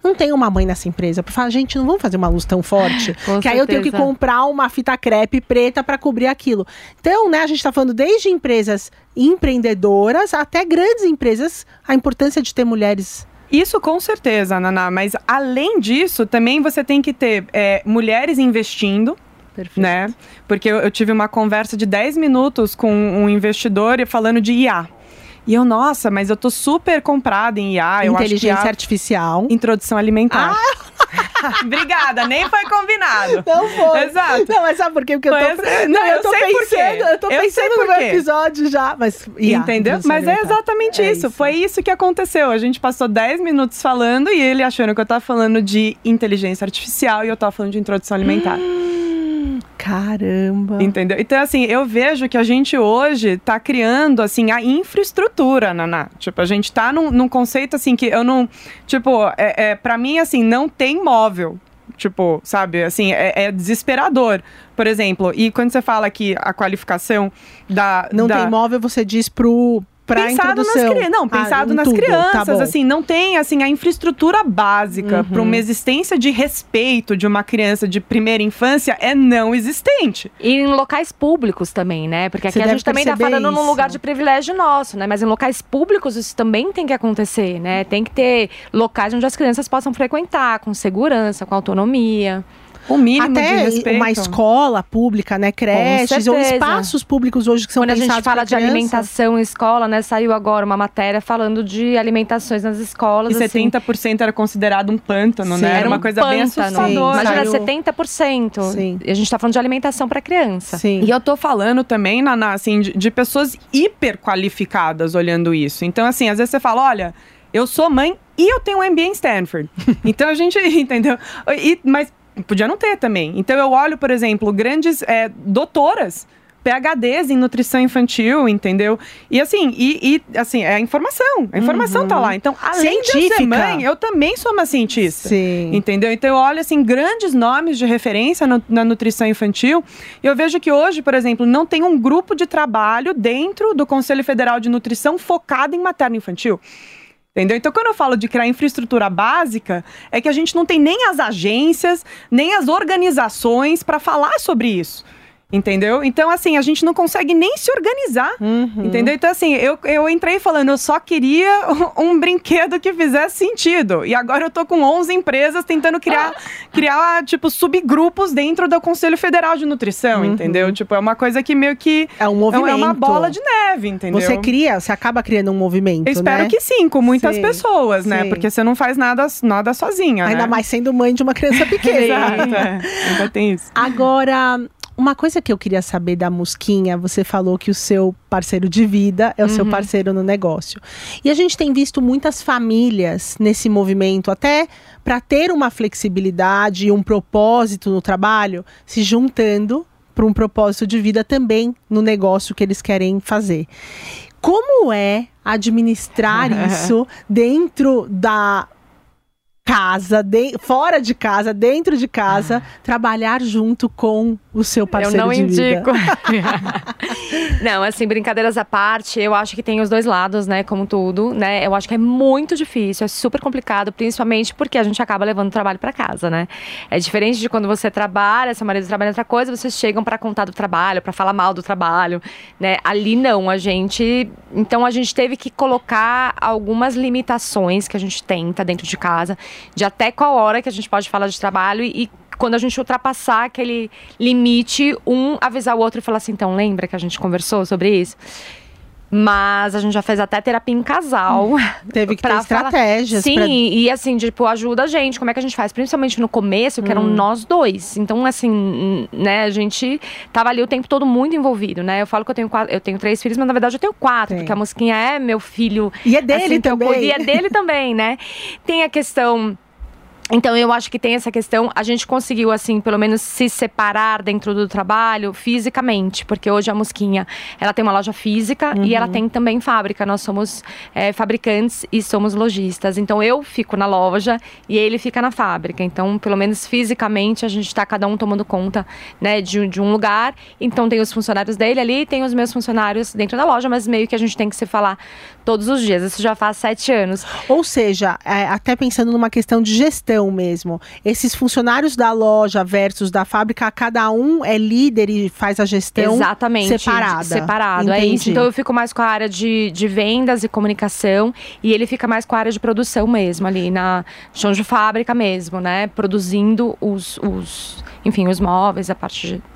não tem uma mãe nessa empresa para falar, gente, não vamos fazer uma luz tão forte, Com que aí eu tenho que certeza. comprar uma fita crepe preta para cobrir aquilo. Então, né, a gente tá falando desde empresas empreendedoras até grandes empresas, a importância de ter mulheres. Isso com certeza, Naná, mas além disso, também você tem que ter é, mulheres investindo, Perfeito. né? Porque eu, eu tive uma conversa de dez minutos com um investidor falando de I A. E eu, nossa, mas eu tô super comprada em I A. Eu Inteligência acho que I A... artificial. Introdução alimentar. Ah! Obrigada, nem foi combinado. Não foi. Exato. Não, mas sabe por quê? Porque eu tô, Foi, não, não, eu eu tô sei por quê. pensando, eu tô Eu sei pensando no por meu quê. episódio já, mas I A, Entendeu? introdução Mas é alimentar. exatamente É isso. Foi isso que aconteceu. A gente passou dez minutos falando e ele achando que eu tava falando de inteligência artificial e eu tava falando de introdução alimentar. Hum, caramba. Entendeu? Então, assim, eu vejo que a gente hoje tá criando, assim, a infraestrutura, Naná. Tipo, a gente tá num, num conceito, assim, que eu não... Tipo, é, é, pra mim, assim, não tem móvel. Tipo, sabe, assim, é, é desesperador. Por exemplo, e quando você fala que a qualificação da... Não da... tem imóvel, você diz pro... Pra Pensado nas introdução. crianças, não, pensado ah, nas tudo. crianças, Tá bom. assim, não tem, assim, a infraestrutura básica Uhum. para uma existência de respeito de uma criança de primeira infância é não existente. E em locais públicos também, né? Porque aqui Você a deve gente também tá perceber falando num isso. lugar de privilégio nosso, né? Mas em locais públicos isso também tem que acontecer, né? Tem que ter locais onde as crianças possam frequentar, com segurança, com autonomia. O mínimo de Até respeito. uma escola pública, né? Creches ou certeza. espaços públicos hoje que são Quando a pensados gente fala pra de criança. alimentação em escola, né? Saiu agora uma matéria falando de alimentações nas escolas. E assim. setenta por cento era considerado um pântano, Sim. né? Era Era uma um coisa bem pântano. assustadora. Imagina, Saiu- setenta por cento. Sim. E a gente tá falando de alimentação para criança. Sim. E eu tô falando também, Naná, assim, de, de pessoas hiper qualificadas olhando isso. Então, assim, às vezes você fala, olha, eu sou mãe e eu tenho um M B A em Stanford. Então a gente, entendeu? E, mas podia não ter também. Então eu olho, por exemplo, grandes é, doutoras, P H Ds em nutrição infantil, entendeu? E assim, e, e, assim, é a informação. A informação Uhum. tá lá. Então, além de eu ser Científica. mãe, eu também sou uma cientista. Sim. Entendeu? Então eu olho, assim, grandes nomes de referência no, na nutrição infantil. E eu vejo que hoje, por exemplo, não tem um grupo de trabalho dentro do Conselho Federal de Nutrição focado em materno-infantil. Entendeu? Então, quando eu falo de criar infraestrutura básica, é que a gente não tem nem as agências, nem as organizações para falar sobre isso. Entendeu? Então, assim, a gente não consegue nem se organizar. Uhum. Entendeu? Então, assim, eu, eu entrei falando, eu só queria um, um brinquedo que fizesse sentido. E agora eu tô com onze empresas tentando criar, criar tipo, subgrupos dentro do Conselho Federal de Nutrição, Uhum. entendeu? Tipo, é uma coisa que meio que... É um movimento. É uma bola de neve, entendeu? Você cria, você acaba criando um movimento, Eu espero né? que sim, com muitas Sim, pessoas, né? sim. Porque você não faz nada, nada sozinha, Ainda né? mais sendo mãe de uma criança pequena. Exato, é. Ainda tem isso. Agora, uma coisa que eu queria saber da Musquinha, você falou que o seu parceiro de vida é o seu parceiro no negócio. E a gente tem visto muitas famílias nesse movimento, até para ter uma flexibilidade e um propósito no trabalho, se juntando para um propósito de vida também no negócio que eles querem fazer. Como é administrar isso dentro da casa, de, fora de casa, dentro de casa, trabalhar junto com o seu parceiro Eu não de indico. vida? Não, assim, brincadeiras à parte, eu acho que tem os dois lados, né, como tudo, né, eu acho que é muito difícil, é super complicado, principalmente porque a gente acaba levando o trabalho pra casa, né, é diferente de quando você trabalha, seu marido trabalha em outra coisa, vocês chegam pra contar do trabalho, pra falar mal do trabalho, né, ali não, a gente, então a gente teve que colocar algumas limitações que a gente tenta dentro de casa, de até qual hora que a gente pode falar de trabalho e, e quando a gente ultrapassar aquele limite, um avisar o outro e falar assim, então lembra que a gente conversou sobre isso? Mas a gente já fez até terapia em casal. Teve que ter pra estratégias. Sim, pra- e assim, tipo, ajuda a gente. Como é que a gente faz? Principalmente no começo, que eram Hum. nós dois. Então, assim, né, a gente tava ali o tempo todo muito envolvido, né? Eu falo que eu tenho quatro, eu tenho três filhos, mas na verdade eu tenho quatro, Sim. porque a Musquinha é meu filho. E é dele assim, que eu também. cuido, e é dele também, né? Tem a questão Então, eu acho que tem essa questão, a gente conseguiu, assim, pelo menos se separar dentro do trabalho fisicamente, porque hoje a Mosquinha, ela tem uma loja física uhum. e ela tem também fábrica, nós somos é, fabricantes e somos lojistas, então eu fico na loja e ele fica na fábrica, então, pelo menos fisicamente, a gente está cada um tomando conta, né, de, de um lugar, então tem os funcionários dele ali, tem os meus funcionários dentro da loja, mas meio que a gente tem que se falar todos os dias, isso já faz sete anos. Ou seja, é, até pensando numa questão de gestão mesmo, esses funcionários da loja versus da fábrica, cada um é líder e faz a gestão Exatamente, separada. Separado, Entendi. É isso. Então eu fico mais com a área de, de vendas e comunicação e ele fica mais com a área de produção mesmo, ali na chão de fábrica mesmo, né? Produzindo os, os enfim, os móveis, a parte de...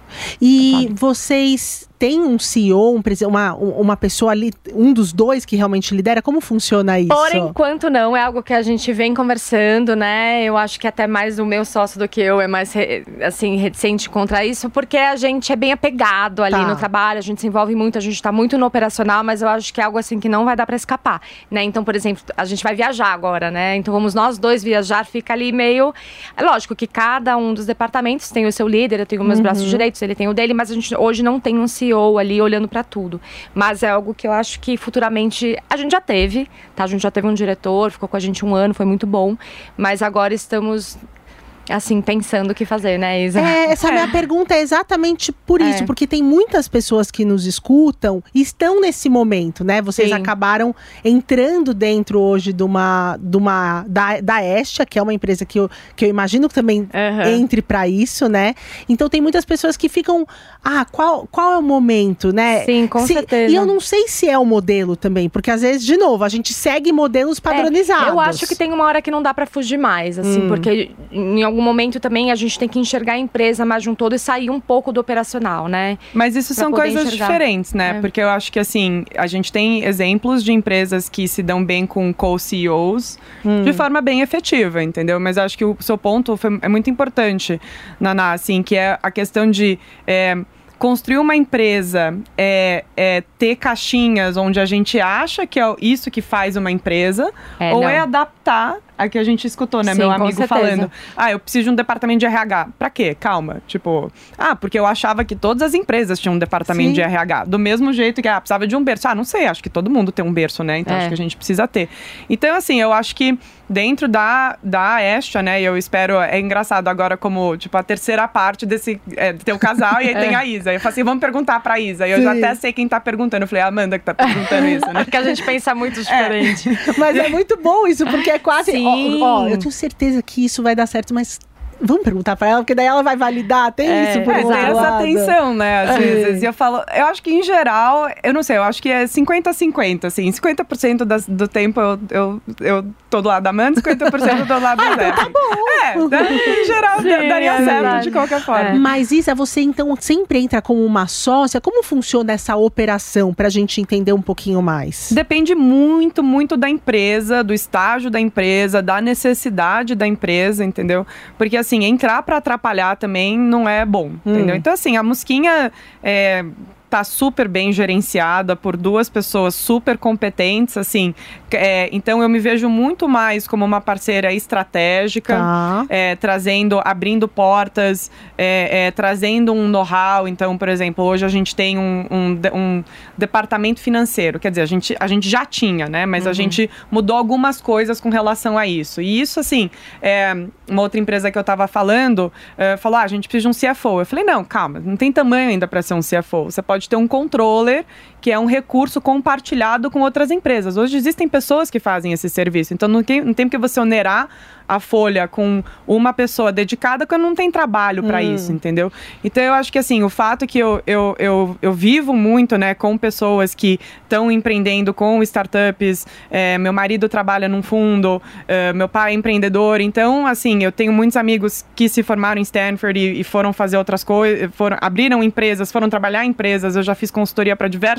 E vocês têm um C E O, um, uma, uma pessoa ali, um dos dois que realmente lidera? Como funciona isso? Por enquanto não, é algo que a gente vem conversando, né? Eu acho que até mais o meu sócio do que eu é mais, assim, reticente contra isso, porque a gente é bem apegado ali tá. no trabalho, a gente se envolve muito, a gente tá muito no operacional, mas eu acho que é algo assim que não vai dar pra escapar, né? Então, por exemplo, a gente vai viajar agora, né? Então vamos nós dois viajar, fica ali meio... É lógico que cada um dos departamentos tem o seu líder, eu tenho meus uhum. braços direitos, ele tem o dele, mas a gente hoje não tem um C E O ali olhando para tudo. Mas é algo que eu acho que futuramente a gente já teve, tá? A gente já teve um diretor, ficou com a gente um ano, foi muito bom. Mas agora estamos... assim, pensando o que fazer, né, Isa? É, essa é. minha pergunta é exatamente por isso, É. porque tem muitas pessoas que nos escutam e estão nesse momento, né? Vocês Sim. acabaram entrando dentro hoje de uma, de uma da, da Estia, que é uma empresa que eu, que eu imagino que também Uhum. entre para isso, né? Então tem muitas pessoas que ficam, ah, qual, qual é o momento, né? Sim, com se, certeza. E eu não sei se é o modelo também, porque às vezes, de novo, a gente segue modelos padronizados. É, eu acho que tem uma hora que não dá pra fugir mais, assim, Hum. porque em algum momento também a gente tem que enxergar a empresa mais de um todo e sair um pouco do operacional, né? Mas isso Pra são poder coisas enxergar. diferentes, né? É. Porque eu acho que, assim, a gente tem exemplos de empresas que se dão bem com co-C E Os hum. de forma bem efetiva, entendeu? Mas acho que o seu ponto foi, é muito importante, Naná, assim, que é a questão de... É, construir uma empresa, é, é ter caixinhas onde a gente acha que é isso que faz uma empresa, É, ou não. é adaptar a que a gente escutou, né? Sim, Meu com amigo certeza. falando, ah, eu preciso de um departamento de R H. Pra quê? Calma. Tipo, ah, porque eu achava que todas as empresas tinham um departamento Sim. de R H. Do mesmo jeito que, ah, precisava de um berço. Ah, não sei, acho que todo mundo tem um berço, né? Então É. acho que a gente precisa ter. Então, assim, eu acho que dentro da, da Estia, né? E eu espero, é engraçado agora como, tipo, a terceira parte desse é, teu casal, e aí tem a Isa. Eu falei assim, vamos perguntar pra Isa. E eu já Sim. até sei quem tá perguntando. Eu falei, a Amanda que tá perguntando isso, né? Porque a gente pensa muito diferente. Mas é muito bom isso, porque é quase... Sim. Ó, ó, eu tenho certeza que isso vai dar certo, mas... Vamos perguntar pra ela, porque daí ela vai validar. Tem É, isso por É, um tem outro essa lado. tensão, né, às É. vezes. E eu falo, eu acho que em geral, eu não sei, eu acho que é cinquenta a cinquenta, assim. cinquenta por cento das, do tempo eu, eu, eu tô do lado da Amanda, cinquenta por cento do lado do Zé. Tá bom. É, da- em geral Sim, daria é certo verdade. de qualquer forma. É. Mas Isa, você então sempre entra como uma sócia? Como funciona essa operação, pra gente entender um pouquinho mais? Depende muito, muito da empresa, do estágio da empresa, da necessidade da empresa, entendeu? Porque, assim, entrar pra atrapalhar também não é bom, Hum. entendeu? Então, assim, a Mosquinha é, tá super bem gerenciada por duas pessoas super competentes, assim. É, então, eu me vejo muito mais como uma parceira estratégica, Tá. é, trazendo, abrindo portas, é, é, trazendo um know-how. Então, por exemplo, hoje a gente tem um, um, de- um departamento financeiro, quer dizer, a gente, a gente já tinha, né? Mas a gente mudou algumas coisas com relação a isso. E isso, assim, é, uma outra empresa que eu tava falando, é, falou, ah, a gente precisa de um C F O. Eu falei, não, calma, não tem tamanho ainda para ser um C F O. Você pode ter um controller, que é um recurso compartilhado com outras empresas. Hoje existem pessoas que fazem esse serviço, então não tem, não tem que você onerar a folha com uma pessoa dedicada quando não tem trabalho para Hum. isso, entendeu? Então eu acho que, assim, o fato que eu, eu, eu, eu vivo muito, né, com pessoas que estão empreendendo com startups, é, meu marido trabalha num fundo, é, meu pai é empreendedor, então, assim, eu tenho muitos amigos que se formaram em Stanford e, e foram fazer outras coisas, foram, abriram empresas, foram trabalhar em empresas, eu já fiz consultoria para diversas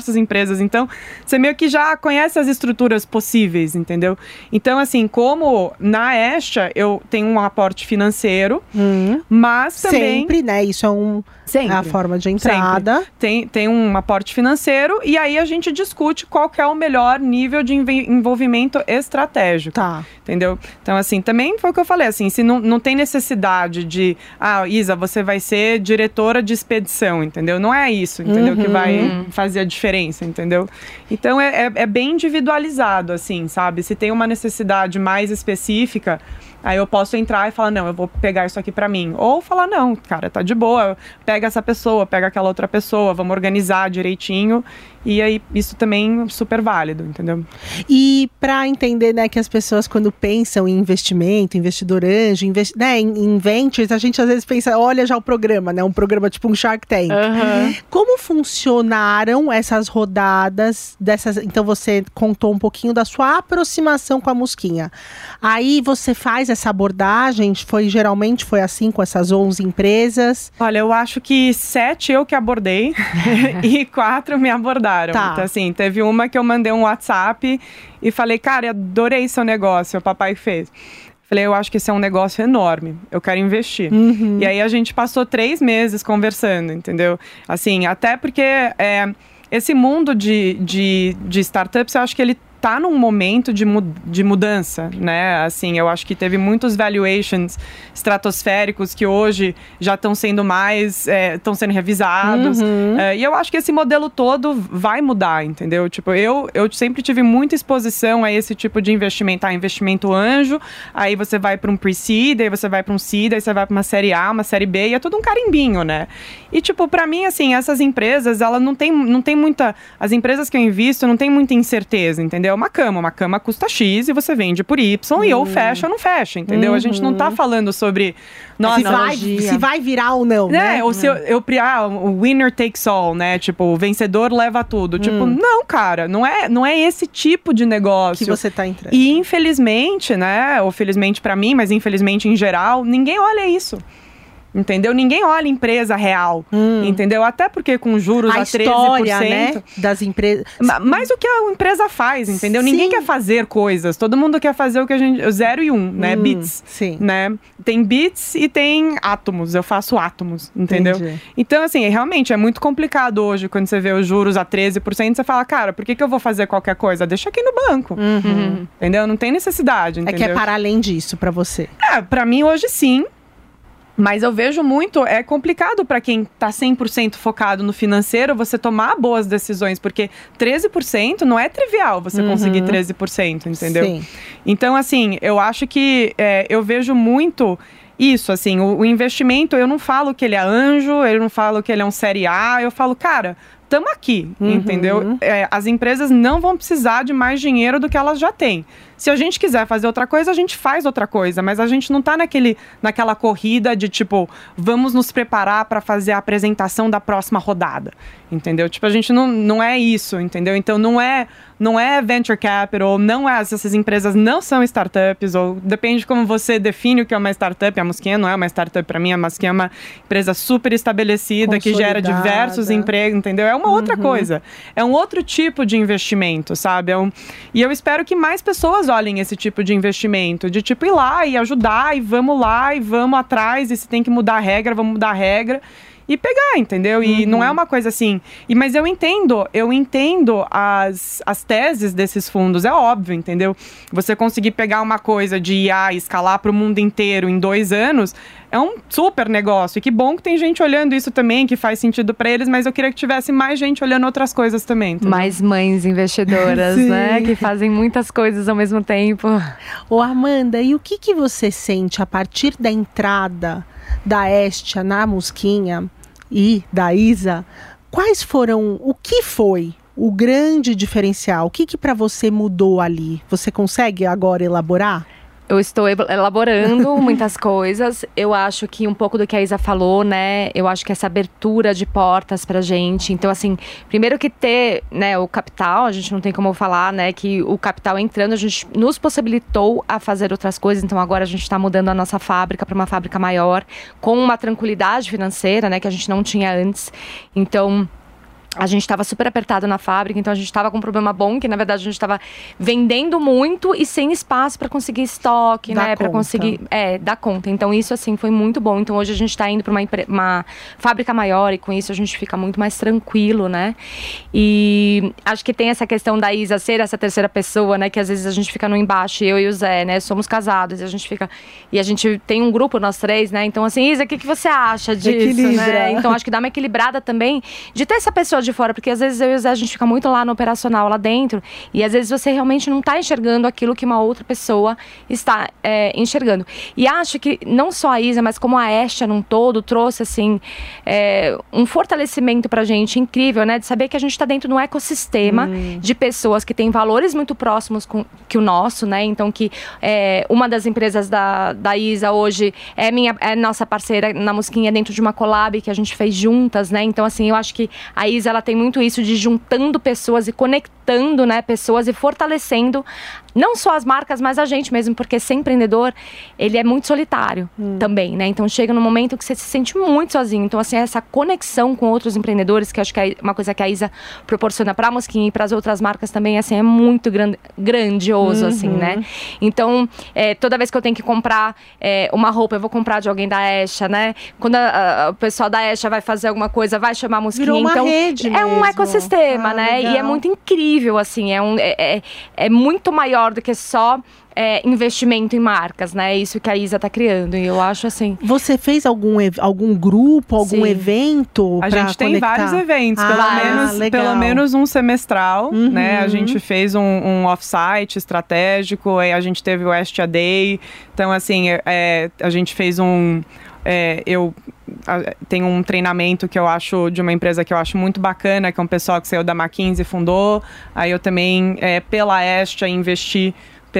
diversas empresas. Então, você meio que já conhece as estruturas possíveis, entendeu? Então, assim, como na Estia, eu tenho um aporte financeiro, hum. mas também... Sempre, né? Isso é um... Sempre. A forma de entrada. Tem, tem um aporte financeiro e aí a gente discute qual que é o melhor nível de envolvimento estratégico. Tá. Entendeu? Então, assim, também foi o que eu falei, assim, se não, não tem necessidade de, ah, Isa, você vai ser diretora de expedição, entendeu? Não é isso, entendeu? Uhum. Que vai fazer a diferença, entendeu? Então, é, é, é bem individualizado, assim, sabe? Se tem uma necessidade mais específica, aí eu posso entrar e falar, não, eu vou pegar isso aqui pra mim. Ou falar, não, cara, tá de boa, pega essa pessoa, pega aquela outra pessoa, vamos organizar direitinho. E aí, isso também é super válido, entendeu? E pra entender, né, que as pessoas quando pensam em investimento, investidor anjo, investi- né, em, em ventures, a gente às vezes pensa, olha já o programa, né, um programa tipo um Shark Tank. Uhum. Como funcionaram essas rodadas dessas? Então você contou um pouquinho da sua aproximação com a Mosquinha. Aí você faz essa abordagem, foi geralmente foi assim com essas onze empresas? Olha, eu acho que sete eu que abordei e quatro me abordaram. Tá. Então, assim, teve uma que eu mandei um WhatsApp e falei, cara, adorei seu negócio, o papai fez. Falei, eu acho que esse é um negócio enorme, eu quero investir. Uhum. E aí a gente passou três meses conversando, entendeu? Assim, até porque é, esse mundo de, de, de startups, eu acho que ele tá num momento de, mu- de mudança, né? Assim, eu acho que teve muitos valuations estratosféricos que hoje já estão sendo mais, estão é, sendo revisados. Uhum. É, e eu acho que esse modelo todo vai mudar, entendeu? Tipo, eu, eu sempre tive muita exposição a esse tipo de investimento. Ah, investimento anjo, aí você vai para um pre-seed, aí você vai para um seed, aí você vai para uma série A, uma série B, e é tudo um carimbinho, né? E, tipo, para mim, assim, essas empresas, elas não tem, não tem muita... As empresas que eu invisto não tem muita incerteza, entendeu? Uma cama, uma cama custa X e você vende por Y uhum. e ou fecha ou não fecha, entendeu? Uhum. A gente não tá falando sobre... Nossa, se, vai, se vai virar ou não, né? né? Ou se eu, eu... Ah, o winner takes all, né? Tipo, o vencedor leva tudo. Hum. Tipo, não, cara, não é, não é esse tipo de negócio. Que você tá entrando. E infelizmente, né? Ou felizmente pra mim, mas infelizmente em geral, ninguém olha isso. Entendeu? Ninguém olha empresa real, hum. entendeu? Até porque com juros a, a treze por cento... história, né, das empresas... Mas o que a empresa faz, entendeu? Sim. Ninguém quer fazer coisas. Todo mundo quer fazer o que a gente... O zero e um, né? Hum, bits. Sim. Né? Tem bits e tem átomos. Eu faço átomos, entendeu? Entendi. Então, assim, realmente é muito complicado hoje quando você vê os juros a treze por cento. Você fala, cara, por que, que eu vou fazer qualquer coisa? Deixa aqui no banco. Uhum. Entendeu? Não tem necessidade, entendeu? É que é para além disso pra você. É, pra mim hoje sim. Mas eu vejo muito, é complicado para quem está cem por cento focado no financeiro você tomar boas decisões, porque treze por cento não é trivial você uhum. conseguir treze por cento, entendeu? Sim. Então, assim, eu acho que é, eu vejo muito isso, assim, o, o investimento, eu não falo que ele é anjo, eu não falo que ele é um série A, eu falo, cara... Estamos aqui, uhum. entendeu? É, as empresas não vão precisar de mais dinheiro do que elas já têm. Se a gente quiser fazer outra coisa, a gente faz outra coisa. Mas a gente não tá naquele, naquela corrida de, tipo, vamos nos preparar para fazer a apresentação da próxima rodada. Entendeu? Tipo, a gente não, não é isso, entendeu? Então, não é, não é venture capital, não é, essas empresas não são startups, ou depende de como você define o que é uma startup. A Mosquinha não é uma startup para mim, a Mosquinha é uma empresa super estabelecida, que gera diversos empregos, entendeu? É uma outra uhum. coisa. É um outro tipo de investimento, sabe? É um... E eu espero que mais pessoas olhem esse tipo de investimento, de tipo ir lá e ajudar, e vamos lá, e vamos atrás, e se tem que mudar a regra, vamos mudar a regra. E pegar, entendeu? E uhum. não é uma coisa assim... E, mas eu entendo, eu entendo as, as teses desses fundos, é óbvio, entendeu? Você conseguir pegar uma coisa de I A e escalar para o mundo inteiro em dois anos, é um super negócio. E que bom que tem gente olhando isso também, que faz sentido para eles, mas eu queria que tivesse mais gente olhando outras coisas também. Entendeu? Mais mães investidoras, né? Que fazem muitas coisas ao mesmo tempo. Ô Amanda, e o que, que você sente a partir da entrada da Estia na Mosquinha e da Isa? Quais foram, o que foi o grande diferencial? O que que para você mudou ali? Você consegue agora elaborar? Eu estou elaborando muitas coisas. Eu acho que um pouco do que a Isa falou, né? Eu acho que essa abertura de portas pra gente. Então, assim, primeiro que ter, né, o capital, a gente não tem como falar, né? Que o capital entrando, a gente nos possibilitou a fazer outras coisas. Então, agora a gente está mudando a nossa fábrica para uma fábrica maior, com uma tranquilidade financeira, né? Que a gente não tinha antes. Então... A gente estava super apertado na fábrica, então a gente estava com um problema bom, que na verdade a gente estava vendendo muito e sem espaço para conseguir estoque, Dá né? Para conta. conseguir é, dar conta. Então isso, assim, foi muito bom. Então hoje a gente está indo para uma, empre- uma fábrica maior e com isso a gente fica muito mais tranquilo, né? E acho que tem essa questão da Isa ser essa terceira pessoa, né? Que às vezes a gente fica no embaixo, eu e o Zé, né? Somos casados e a gente fica... E a gente tem um grupo, nós três, né? Então assim, Isa, o que, que você acha disso, Equilibra. né? Então acho que dá uma equilibrada também de ter essa pessoa de fora, porque às vezes eu e o Zé, a gente fica muito lá no operacional, lá dentro, e às vezes você realmente não está enxergando aquilo que uma outra pessoa está é, enxergando. E acho que não só a Isa, mas como a Estia num todo, trouxe assim, é, um fortalecimento pra gente incrível, né? De saber que a gente está dentro de um ecossistema hum. de pessoas que têm valores muito próximos com, que o nosso, né? Então que é, uma das empresas da, da Isa hoje é, minha, é nossa parceira na Mosquinha dentro de uma collab que a gente fez juntas, né? Então assim, eu acho que a Isa, ela tem muito isso de juntando pessoas e conectando, né, pessoas e fortalecendo não só as marcas, mas a gente mesmo, porque ser empreendedor, ele é muito solitário hum. também, né? Então chega num momento que você se sente muito sozinho. Então assim, essa conexão com outros empreendedores, que acho que é uma coisa que a Isa proporciona para a Mosquinha e para as outras marcas também, assim, é muito gran- grandioso, uhum. assim, né? Então, é, toda vez que eu tenho que comprar é, uma roupa, eu vou comprar de alguém da Estia, né? Quando a, a, o pessoal da Estia vai fazer alguma coisa, vai chamar a Mosquinha. Virou uma então, rede é um mesmo. ecossistema, ah, né? legal. E é muito incrível, assim, é, um, é, é, é muito maior do que só é, investimento em marcas, né? É isso que a Isa tá criando, e eu acho assim... Você fez algum, algum grupo, algum Sim. evento A pra gente tem conectar? vários eventos, ah, pelo, menos, legal. pelo menos um semestral, uhum. né? A gente fez um, um off-site estratégico, aí a gente teve o Estia Day, então assim, é, a gente fez um... É, eu a, tenho um treinamento que eu acho de uma empresa que eu acho muito bacana, que é um pessoal que saiu da McKinsey e fundou. Aí eu também, é, pela Estia, investi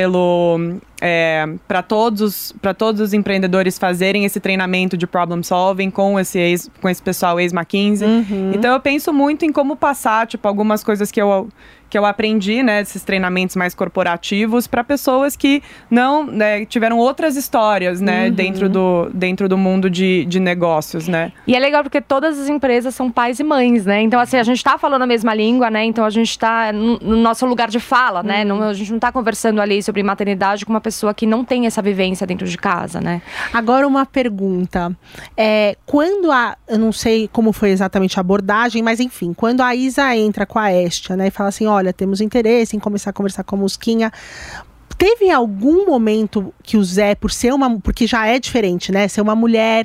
pelo é, para todos para todos os empreendedores fazerem esse treinamento de problem solving com esse ex, com esse pessoal ex-McKinsey. Uhum. Então eu penso muito em como passar tipo algumas coisas que eu que eu aprendi, né, esses treinamentos mais corporativos para pessoas que não, né, tiveram outras histórias, né, uhum. dentro do dentro do mundo de, de negócios, né? E é legal porque todas as empresas são pais e mães, né? Então assim, a gente tá falando a mesma língua, né? Então a gente tá no, no nosso lugar de fala, né? Uhum. Não, a gente não tá conversando ali sobre maternidade com uma pessoa que não tem essa vivência dentro de casa, né? Agora uma pergunta, é, quando a, eu não sei como foi exatamente a abordagem, mas enfim, quando a Isa entra com a Estia, né, e fala assim, olha, temos interesse em começar a conversar com a Mosquinha, teve algum momento que o Zé, por ser uma, porque já é diferente, né, ser uma mulher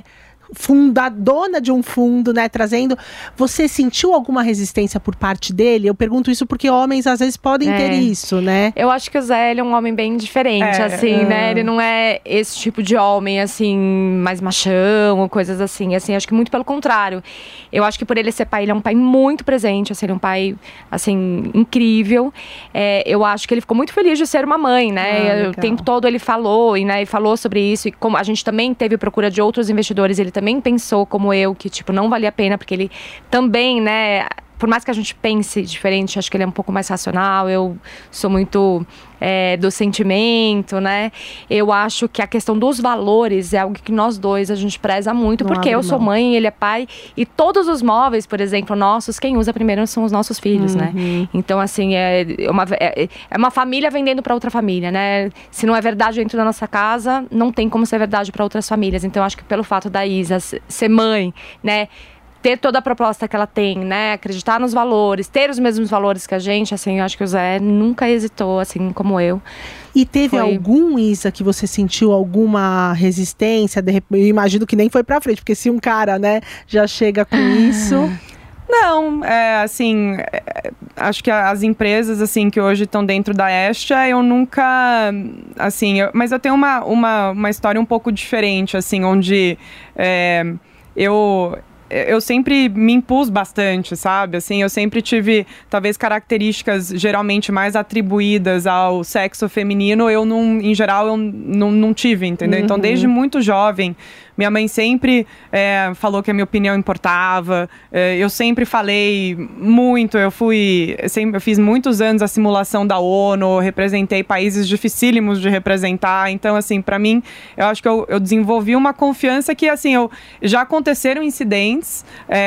fundadora de um fundo, né, trazendo, você sentiu alguma resistência por parte dele? Eu pergunto isso porque homens às vezes podem é. ter isso, né? Eu acho que o Zé, ele é um homem bem diferente, é, assim, é. né, ele não é esse tipo de homem, assim, mais machão ou coisas assim, assim, acho que muito pelo contrário. Eu acho que por ele ser pai, ele é um pai muito presente, assim, ele é um pai, assim, incrível. É, eu acho que ele ficou muito feliz de ser uma mãe, né, ah, o tempo todo ele falou, e, né, e falou sobre isso, e como a gente também teve procura de outros investidores, ele também pensou como eu, que tipo, não valia a pena, porque ele também, né, por mais que a gente pense diferente, acho que ele é um pouco mais racional, eu sou muito é, do sentimento, né, eu acho que a questão dos valores é algo que nós dois a gente preza muito, não porque eu sou mãe, ele é pai, e todos os móveis, por exemplo, nossos, quem usa primeiro são os nossos filhos, uhum. né, então assim, é uma, é, é uma família vendendo para outra família, né, se não é verdade dentro da nossa casa, não tem como ser verdade para outras famílias, então acho que pelo fato da Isa ser mãe, né, ter toda a proposta que ela tem, né, acreditar nos valores, ter os mesmos valores que a gente, assim, eu acho que o Zé nunca hesitou, assim, como eu. E teve foi... algum, Isa, que você sentiu alguma resistência? De rep... Eu imagino que nem foi pra frente, porque se um cara, né, já chega com ah. isso... Não, é, assim, é, acho que as empresas, assim, que hoje estão dentro da Estia, eu nunca, assim, eu, mas eu tenho uma, uma, uma história um pouco diferente, assim, onde é, eu... eu sempre me impus bastante, sabe? Assim, eu sempre tive, talvez, características geralmente mais atribuídas ao sexo feminino. Eu, não, em geral, eu não, não tive, entendeu? Uhum. Então, desde muito jovem, minha mãe sempre é, falou que a minha opinião importava. É, eu sempre falei muito. Eu fui... Eu, sempre, eu fiz muitos anos a simulação da ONU. Representei países dificílimos de representar. Então, assim, pra mim, eu acho que eu, eu desenvolvi uma confiança que, assim, eu, já aconteceram incidentes... É,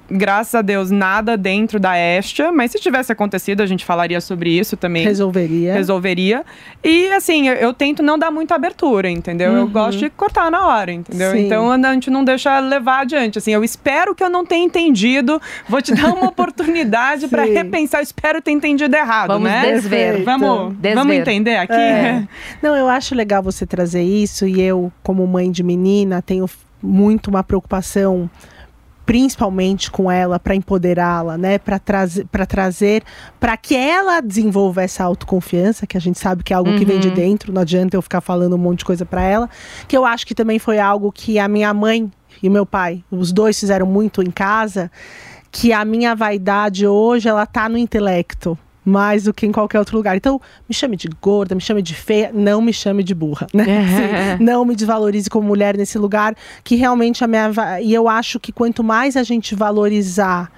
graças a Deus, nada dentro da Estia, mas se tivesse acontecido, a gente falaria sobre isso também. Resolveria. Resolveria. E, assim, eu, eu tento não dar muita abertura, entendeu? Uhum. Eu gosto de cortar na hora, entendeu? Sim. Então, a gente não deixa levar adiante. Assim, eu espero que eu não tenha entendido, vou te dar uma oportunidade para repensar, eu espero ter entendido errado, vamos né? Desver. Vamos desver. Vamos entender aqui? É. Não, eu acho legal você trazer isso, e eu, como mãe de menina, tenho muito uma preocupação, principalmente com ela, para empoderá-la, né? Para trazer, para trazer, para que ela desenvolva essa autoconfiança, que a gente sabe que é algo Uhum. que vem de dentro, não adianta eu ficar falando um monte de coisa para ela, que eu acho que também foi algo que a minha mãe e meu pai, os dois fizeram muito em casa, que a minha vaidade hoje, ela tá no intelecto, mais do que em qualquer outro lugar. Então, me chame de gorda, me chame de feia, não me chame de burra, né? Assim, não me desvalorize como mulher nesse lugar, que realmente a minha... E eu acho que quanto mais a gente valorizar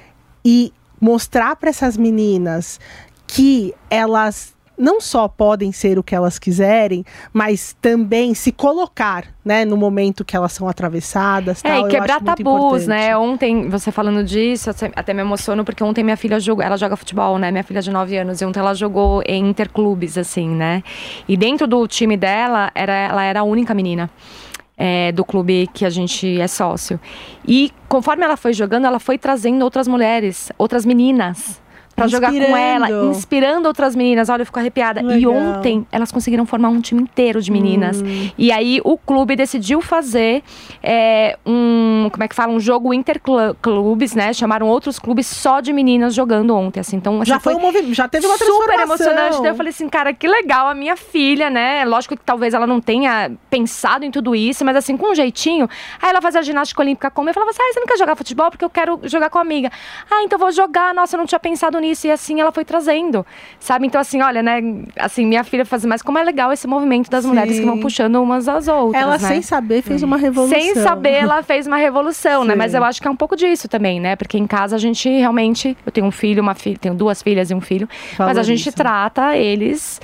e mostrar para essas meninas que elas não só podem ser o que elas quiserem, mas também se colocar, né, no momento que elas são atravessadas. É, tal, e eu quebrar acho muito tabus, importante. né? Ontem, você falando disso, eu até me emociono, porque ontem minha filha jogou, ela joga futebol, né? Minha filha de nove anos, e ontem ela jogou em interclubes, assim, né? E dentro do time dela, era, ela era a única menina. É, do clube que a gente é sócio. E conforme ela foi jogando, ela foi trazendo outras mulheres, outras meninas, pra jogar com ela, inspirando outras meninas. Olha, eu fico arrepiada. Legal. E ontem, elas conseguiram formar um time inteiro de meninas. Hum. E aí, o clube decidiu fazer é, um, como é que fala? Um jogo interclubes, né? Chamaram outros clubes só de meninas jogando ontem, assim. Então, assim, já foi um movimento, já teve uma transformação. Super emocionante. Daí eu falei assim, cara, que legal, a minha filha, né? Lógico que talvez ela não tenha pensado em tudo isso, mas assim, com um jeitinho. Aí ela fazia ginástica olímpica comigo. Eu falava assim, ah, você não quer jogar futebol? Porque eu quero jogar com a amiga. Ah, então vou jogar. Nossa, eu não tinha pensado nisso, e assim ela foi trazendo, sabe? Então assim, olha, né, assim, minha filha faz, mas como é legal esse movimento das Sim. mulheres que vão puxando umas às outras, ela, né? sem saber, fez uma revolução. Sem saber, ela fez uma revolução, Sim. né? Mas eu acho que é um pouco disso também, né? Porque em casa a gente realmente, eu tenho um filho, uma filha, tenho duas filhas e um filho, Valoriza. Mas a gente trata eles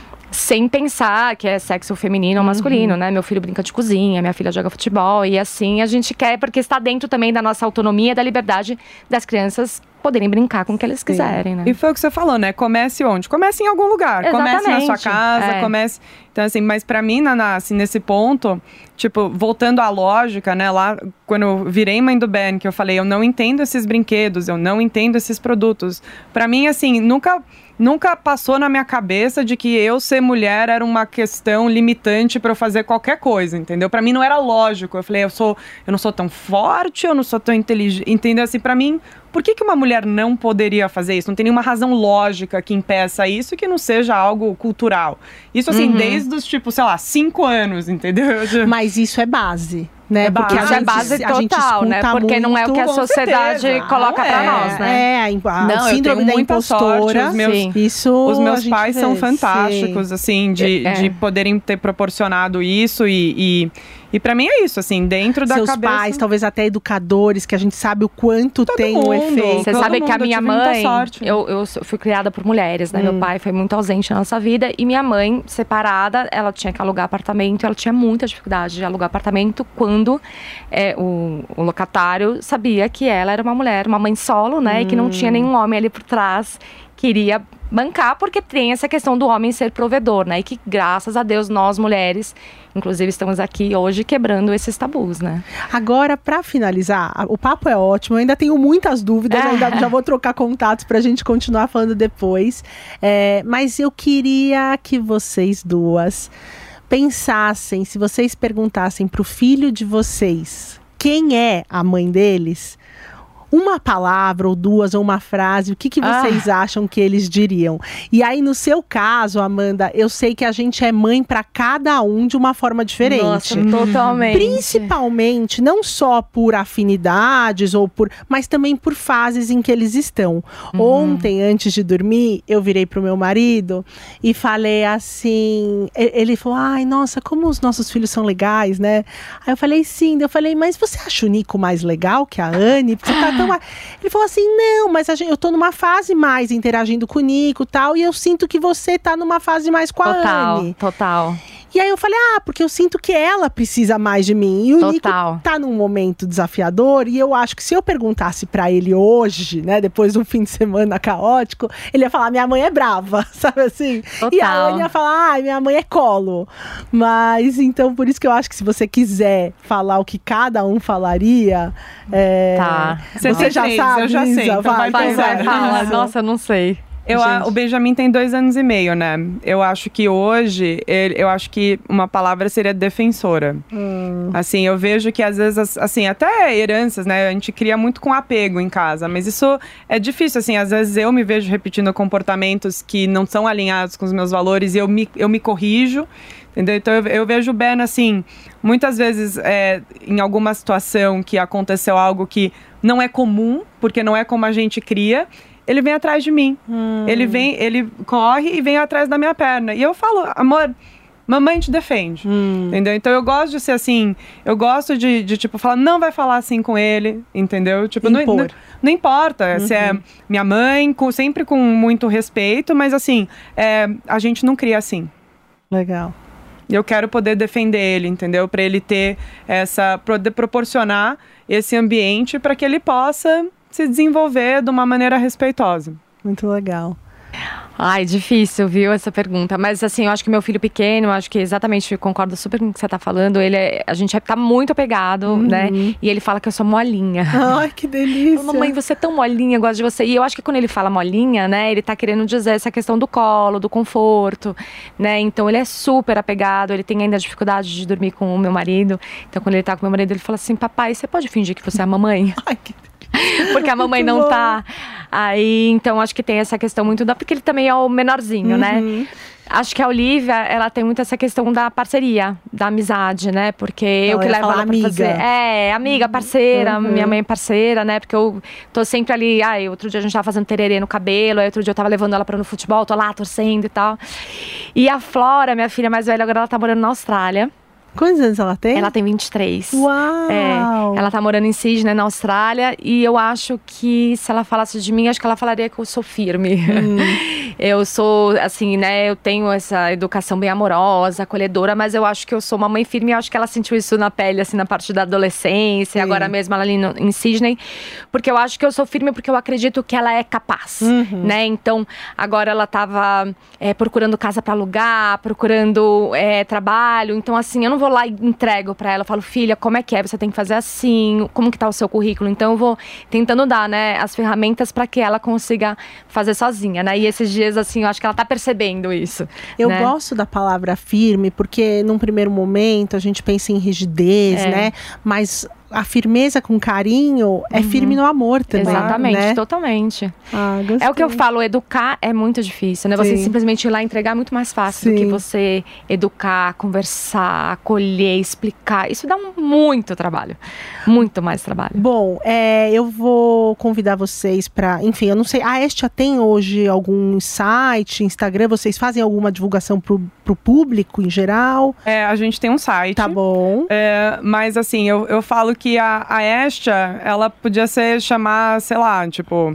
sem pensar que é sexo feminino ou masculino, uhum. né? Meu filho brinca de cozinha, minha filha joga futebol, e assim a gente quer, porque está dentro também da nossa autonomia, da liberdade das crianças poderem brincar com o que eles quiserem, né? E foi o que você falou, né? Comece onde? Comece em algum lugar. Exatamente. Comece na sua casa, é. comece... Então, assim, mas pra mim, Naná, assim, nesse ponto, tipo, voltando à lógica, né? Lá, quando eu virei mãe do Ben, que eu falei, eu não entendo esses brinquedos, eu não entendo esses produtos. Pra mim, assim, nunca... Nunca passou na minha cabeça de que eu ser mulher era uma questão limitante para eu fazer qualquer coisa, entendeu? Para mim não era lógico. Eu falei, eu sou, eu não sou tão forte, eu não sou tão inteligente, entendeu? Assim, para mim, por que que uma mulher não poderia fazer isso? Não tem nenhuma razão lógica que impeça isso, que não seja algo cultural. Isso, assim, uhum. desde os, tipo, sei lá, cinco anos, entendeu? Mas isso é base. Né? É base. Porque a Isso gente, é base a gente total, né? Porque muito, não é o que a sociedade certeza. coloca não pra é. nós, né? É, a não, síndrome da impostora. Os meus, isso os meus pais vê. são fantásticos, Sim. assim, de, é. de poderem ter proporcionado isso e... e E pra mim é isso, assim, dentro da Seus cabeça... Seus pais, talvez até educadores, que a gente sabe o quanto Todo tem mundo, o efeito. Você sabe mundo, que a minha eu tive muita mãe... sorte. Eu, eu fui criada por mulheres, né? Hum. Meu pai foi muito ausente na nossa vida. E minha mãe, separada, ela tinha que alugar apartamento. Ela tinha muita dificuldade de alugar apartamento quando é, o, o locatário sabia que ela era uma mulher, uma mãe solo, né? Hum. E que não tinha nenhum homem ali por trás que iria bancar, porque tem essa questão do homem ser provedor, né? E que, graças a Deus, nós mulheres, inclusive, estamos aqui hoje quebrando esses tabus, né? Agora, para finalizar, o papo é ótimo, eu ainda tenho muitas dúvidas, é. ainda já vou trocar contatos pra gente continuar falando depois. É, mas eu queria que vocês duas pensassem, se vocês perguntassem pro filho de vocês quem é a mãe deles, uma palavra ou duas ou uma frase, o que, que vocês ah. acham que eles diriam? E aí, no seu caso, Amanda, eu sei que a gente é mãe para cada um de uma forma diferente. Nossa, totalmente. Principalmente, não só por afinidades, ou por, mas também por fases em que eles estão. Uhum. Ontem, antes de dormir, eu virei pro meu marido e falei assim, ele falou, ai, nossa, como os nossos filhos são legais, né? Aí eu falei, sim, eu falei, mas você acha o Nico mais legal que a Anne? Você tá tão... Ele falou assim, não, mas a gente, eu tô numa fase mais interagindo com o Nico e tal, e eu sinto que você tá numa fase mais com a total, Anne. Total, E aí eu falei, ah, porque eu sinto que ela precisa mais de mim. E o Total. Nico tá num momento desafiador. E eu acho que se eu perguntasse pra ele hoje, né, depois de um fim de semana caótico, ele ia falar, minha mãe é brava, sabe assim? Total. E aí ele ia falar, ah, minha mãe é colo. Mas, então, por isso que eu acho que se você quiser falar o que cada um falaria… É, Tá. Você já três, sabe, eu já sei, Isa, então vai vai, pensar. vai, Fala. vai. Nossa, eu não sei. Eu, a, o Benjamin tem dois anos e meio, né? Eu acho que hoje, ele, eu acho que uma palavra seria defensora. Hum. Assim, eu vejo que às vezes, assim, até heranças, né? A gente cria muito com apego em casa, mas isso é difícil, assim. Às vezes eu me vejo repetindo comportamentos que não são alinhados com os meus valores e eu me, eu me corrijo. Entendeu? Então eu, eu vejo o Ben assim, muitas vezes é, em alguma situação que aconteceu algo que não é comum, porque não é como a gente cria, ele vem atrás de mim. Hum. Ele vem, ele corre e vem atrás da minha perna. E eu falo, amor, mamãe te defende. Hum. Entendeu? Então eu gosto de ser assim, eu gosto de, de tipo, falar, não vai falar assim com ele, entendeu? Tipo, não, não, não importa uhum. se é minha mãe, com, sempre com muito respeito, mas assim, é, a gente não cria assim. Legal. Eu quero poder defender ele, entendeu? Para ele ter essa, poder proporcionar esse ambiente para que ele possa se desenvolver de uma maneira respeitosa. Muito legal. Ai, difícil, viu, essa pergunta. Mas assim, eu acho que meu filho pequeno, eu acho que exatamente, eu concordo super com o que você tá falando. Ele é, a gente tá muito apegado, uhum. né? E ele fala que eu sou molinha. Ai, que delícia. Falo, mamãe, você é tão molinha, gosto de você. E eu acho que quando ele fala molinha, né, ele tá querendo dizer essa questão do colo, do conforto, né? Então ele é super apegado, ele tem ainda dificuldade de dormir com o meu marido. Então quando ele tá com o meu marido, ele fala assim, papai, você pode fingir que você é a mamãe? Ai, que porque a mamãe não tá. Aí, então, acho que tem essa questão muito da… Porque ele também é o menorzinho, uhum. né? Acho que a Olivia, ela tem muito essa questão da parceria, da amizade, né? Porque eu que levo ela pra amiga. fazer… É, amiga, parceira, uhum. minha mãe é parceira, né? Porque eu tô sempre ali… Ah, outro dia a gente tava fazendo tererê no cabelo, aí outro dia eu tava levando ela pra no futebol, tô lá torcendo e tal. E a Flora, minha filha mais velha, agora ela tá morando na Austrália. Quantos anos ela tem? Ela tem vinte e três. Uau! É, ela tá morando em Sydney, na Austrália. E eu acho que, se ela falasse de mim, acho que ela falaria que eu sou firme. Hum. Eu sou, assim, né, eu tenho essa educação bem amorosa, acolhedora, mas eu acho que eu sou uma mãe firme. E eu acho que ela sentiu isso na pele, assim, na parte da adolescência. Sim. Agora mesmo ela ali no, em Sydney. Porque eu acho que eu sou firme porque eu acredito que ela é capaz, uhum. né? Então, agora ela tava é, procurando casa pra alugar, procurando é, trabalho. Então, assim, eu não vou lá e entrego pra ela, eu falo, filha, como é que é? Você tem que fazer assim, como que tá o seu currículo? Então eu vou tentando dar, né, as ferramentas pra que ela consiga fazer sozinha, né? E esses dias, assim, eu acho que ela tá percebendo isso. Eu né? gosto da palavra firme, porque num primeiro momento a gente pensa em rigidez, é. né? Mas a firmeza com carinho é uhum. firme no amor também. Exatamente, né? totalmente. Ah, é o que eu falo, educar é muito difícil, né? Você Sim. simplesmente ir lá entregar é muito mais fácil Sim. do que você educar, conversar, acolher, explicar. Isso dá muito trabalho, muito mais trabalho. Bom, é, eu vou convidar vocês para, enfim, eu não sei, a Estia tem hoje algum site, Instagram, vocês fazem alguma divulgação pro, pro público em geral? É, a gente tem um site. Tá bom. É, mas assim, eu, eu falo que a, a Estia, ela podia ser chamar, sei lá, tipo,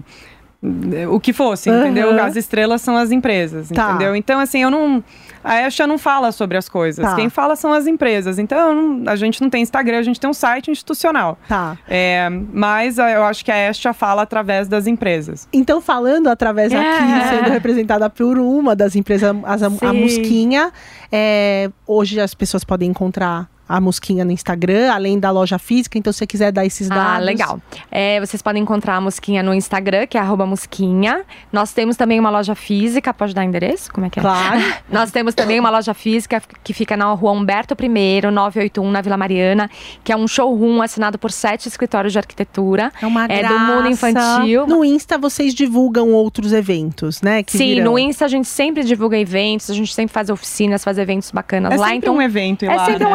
o que fosse, uhum. entendeu? As estrelas são as empresas, tá. entendeu? Então, assim, eu não… A Estia não fala sobre as coisas. Tá. Quem fala são as empresas. Então, a gente não tem Instagram, a gente tem um site institucional. Tá. É, mas eu acho que a Estia fala através das empresas. Então, falando através é. aqui, sendo representada por uma das empresas, a, a Musquinha, é, hoje as pessoas podem encontrar a Musquinha no Instagram, além da loja física. Então, se você quiser dar esses dados… Ah, legal. É, vocês podem encontrar a Musquinha no Instagram, que é arroba Musquinha. Nós temos também uma loja física. Pode dar endereço? Como é que é? Claro. Nós temos também uma loja física que fica na rua Humberto I, novecentos e oitenta e um, na Vila Mariana, que é um showroom assinado por sete escritórios de arquitetura. É uma é graça. Do mundo infantil. No Insta, vocês divulgam outros eventos, né? Que Sim, virão. No Insta a gente sempre divulga eventos, a gente sempre faz oficinas, faz eventos bacanas é lá. É sempre então, um evento É lá, sempre né? um evento é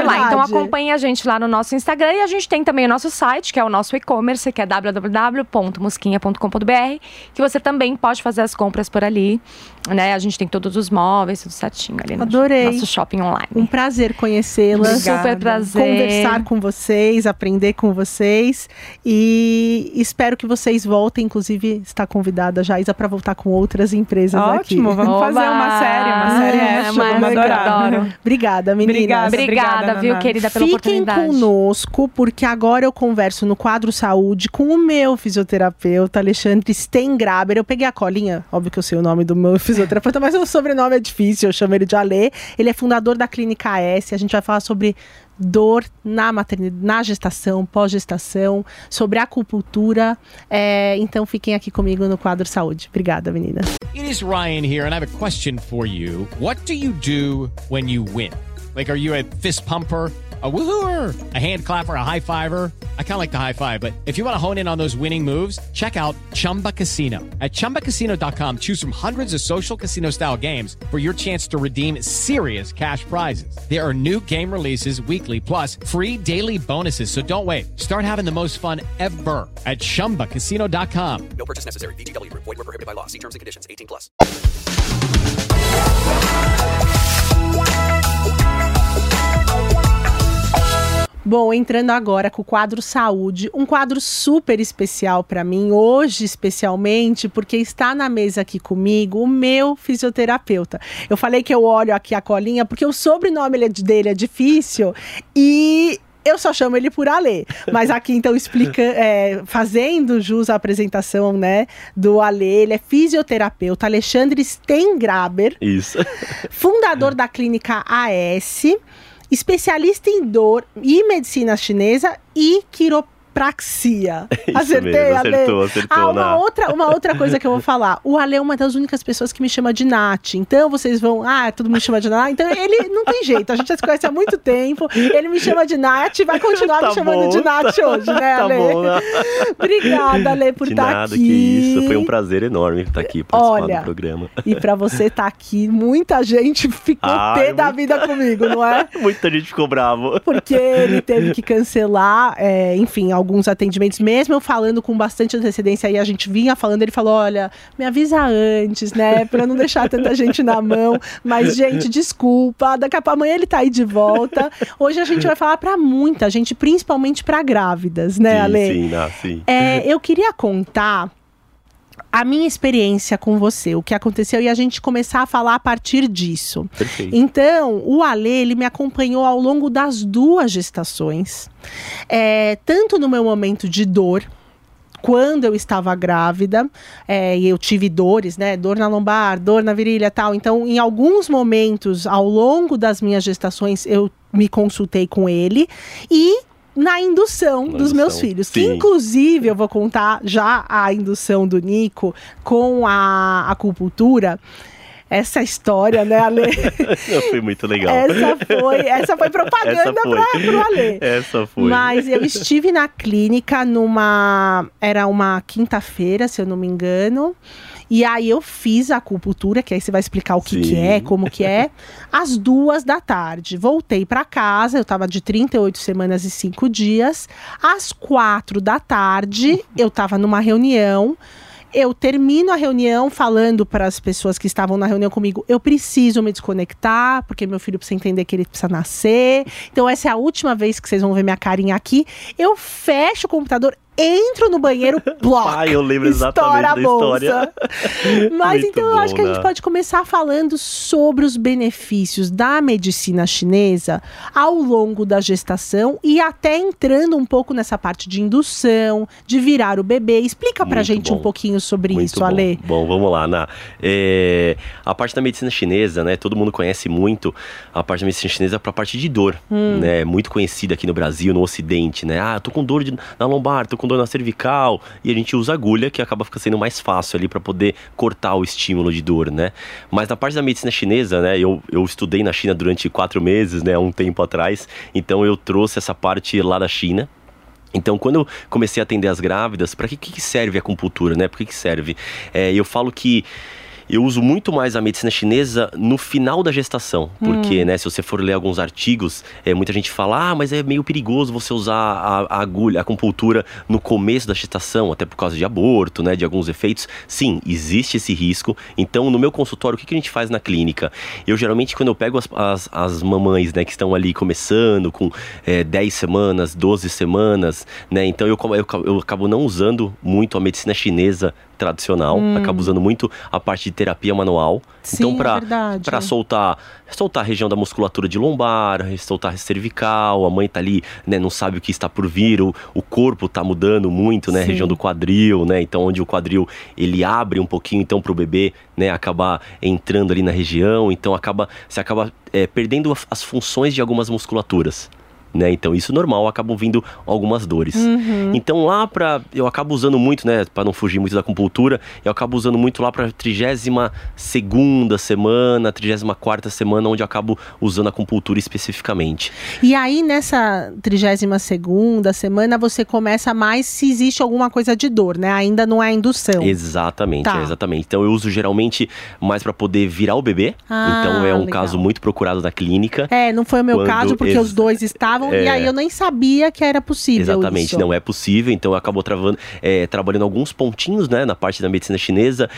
lá. Então acompanhe a gente lá no nosso Instagram e a gente tem também o nosso site, que é o nosso e-commerce, que é w w w ponto mosquinha ponto com ponto b r, que você também pode fazer as compras por ali, né? A gente tem todos os móveis, tudo certinho ali no Adorei. nosso shopping online. Um prazer conhecê-la. Super prazer. Conversar com vocês, aprender com vocês e espero que vocês voltem, inclusive está convidada já, Isa, para voltar com outras empresas Ótimo, aqui. Ótimo, vamos Oba. fazer uma série, uma série É, extra, mas vamos adorar. adoro. Obrigada, meninas. Obrigada, Obrigada, obrigada, viu, Naná. querida, pela Fiquem oportunidade. conosco, porque agora eu converso no quadro Saúde com o meu fisioterapeuta, Alexandre Stengraber. Eu peguei a colinha, óbvio que eu sei o nome do meu fisioterapeuta, mas o sobrenome é difícil, eu chamo ele de Ale. Ele é fundador da Clínica A S, a gente vai falar sobre dor na maternidade, na gestação, pós-gestação, sobre acupuntura. É, então fiquem aqui comigo no quadro Saúde. Obrigada, meninas. It is Ryan here, and I have a question for you. What do you do when you win? Like, are you a fist pumper, a woohooer, a hand clapper, a high fiver? I kind of like the high five, but if you want to hone in on those winning moves, check out Chumba Casino. At chumba casino dot com, choose from hundreds of social casino style games for your chance to redeem serious cash prizes. There are new game releases weekly, plus free daily bonuses. So don't wait. Start having the most fun ever at chumba casino dot com. No purchase necessary. V G W Group. Void where prohibited by law. See terms and conditions. eighteen plus. Bom, entrando agora com o quadro Saúde, um quadro super especial para mim, hoje especialmente, porque está na mesa aqui comigo o meu fisioterapeuta. Eu falei que eu olho aqui a colinha, porque o sobrenome dele é difícil e eu só chamo ele por Ale. Mas aqui, então, explica, é, fazendo jus à apresentação, né, do Ale, ele é fisioterapeuta, Alexandre Stengraber. Isso. Fundador da Clínica A S, especialista em dor e medicina chinesa e quiropraxia. Isso Acertei, mesmo, Ale? acertou, acertou. Ah, uma, na... outra, uma outra coisa que eu vou falar. O Ale é uma das únicas pessoas que me chama de Nath. Então vocês vão, ah, todo mundo chama de Nath. Então ele não tem jeito, a gente já se conhece há muito tempo. Ele me chama de Nath e vai continuar tá me chamando bom, de Nath tá, hoje, né, tá Ale? Bom, né? Obrigada, Ale, por de estar nada, aqui. Que isso, foi um prazer enorme estar aqui participando Olha, do programa. E pra você estar aqui, muita gente ficou Ai, pé muito... da vida comigo, não é? Muita gente ficou bravo. Porque ele teve que cancelar, é, enfim, alguns atendimentos, mesmo eu falando com bastante antecedência, aí a gente vinha falando, ele falou, olha, me avisa antes, né, pra não deixar tanta gente na mão, mas, gente, desculpa, daqui a pouco amanhã ele tá aí de volta. Hoje a gente vai falar pra muita gente, principalmente pra grávidas, né, sim, Ale? Sim, não, sim. É, eu queria contar a minha experiência com você, o que aconteceu, e a gente começar a falar a partir disso. Perfeito. Então, o Ale, ele me acompanhou ao longo das duas gestações, é, tanto no meu momento de dor, quando eu estava grávida, é, e eu tive dores, né, dor na lombar, dor na virilha e tal, então em alguns momentos ao longo das minhas gestações eu me consultei com ele, e na indução na dos indução, meus filhos, sim. que inclusive eu vou contar já a indução do Nico com a acupuntura. Essa história, né, Ale? Foi muito legal. Essa foi, essa foi propaganda essa foi. Pra, pro Ale. Essa foi. Mas eu estive na clínica numa... Era uma quinta-feira, se eu não me engano. E aí eu fiz a acupuntura, que aí você vai explicar o que, que é, como que é, às duas da tarde. Voltei para casa, eu tava de trinta e oito semanas e cinco dias. Às quatro da tarde, eu tava numa reunião. Eu termino a reunião falando para as pessoas que estavam na reunião comigo, eu preciso me desconectar, porque meu filho precisa entender que ele precisa nascer. Então essa é a última vez que vocês vão ver minha carinha aqui. Eu fecho o computador, entro no banheiro, bloco. Ai, eu lembro exatamente da história. Mas Muito então eu bom, acho que a gente né? pode começar falando sobre os benefícios da medicina chinesa ao longo da gestação e até entrando um pouco nessa parte de indução, de virar o bebê. Explica pra Muito gente bom. um pouquinho sobre Muito isso, bom. Ale. Bom, vamos lá, Ná. É, a parte da medicina chinesa, né? Todo mundo conhece muito a parte da medicina chinesa para a parte de dor, Hum. né? Muito conhecida aqui no Brasil, no Ocidente, né? Ah, tô com dor de, na lombar, tô com dor na cervical, e a gente usa agulha, que acaba ficando sendo mais fácil ali para poder cortar o estímulo de dor, né? Mas na parte da medicina chinesa, né? Eu, eu estudei na China durante quatro meses, né? Há um tempo atrás, então eu trouxe essa parte lá da China. Então, quando eu comecei a atender as grávidas, para que, que serve a acupuntura, né? Por que, que serve? É, eu falo que eu uso muito mais a medicina chinesa no final da gestação. Porque, hum. né, se você for ler alguns artigos, é, muita gente fala, ah, mas é meio perigoso você usar a, a agulha, a acupuntura no começo da gestação, até por causa de aborto, né, de alguns efeitos. Sim, existe esse risco. Então, no meu consultório, o que, que a gente faz na clínica? Eu, geralmente, quando eu pego as, as, as mamães, né, que estão ali começando com é, dez semanas, doze semanas, né, então eu, eu, eu acabo não usando muito a medicina chinesa tradicional, hum. acabo usando muito a parte de terapia manual. Sim, então, para é para soltar, soltar a região da musculatura de lombar, soltar a cervical, a mãe tá ali, né, não sabe o que está por vir, o, o corpo tá mudando muito, né, a região do quadril, né, então onde o quadril ele abre um pouquinho, então para o bebê, né, acabar entrando ali na região, então acaba, você acaba é, perdendo as funções de algumas musculaturas. Né? Então isso normal, acabam vindo algumas dores. Uhum. Então lá pra, eu acabo usando muito, né, para não fugir muito da acupuntura, eu acabo usando muito lá pra trigésima segunda semana, trigésima quarta semana, onde eu acabo usando a acupuntura especificamente. E aí nessa trigésima segunda semana você começa mais se existe alguma coisa de dor, né? Ainda não é indução. Exatamente, tá. é, exatamente. Então eu uso geralmente mais para poder virar o bebê. Ah, então é um legal. caso muito procurado na clínica. É, não foi o meu quando caso, porque ex- os dois estavam É. E aí eu nem sabia que era possível. Exatamente, isso. não é possível. Então eu acabo travando, é, trabalhando alguns pontinhos, né, na parte da medicina chinesa.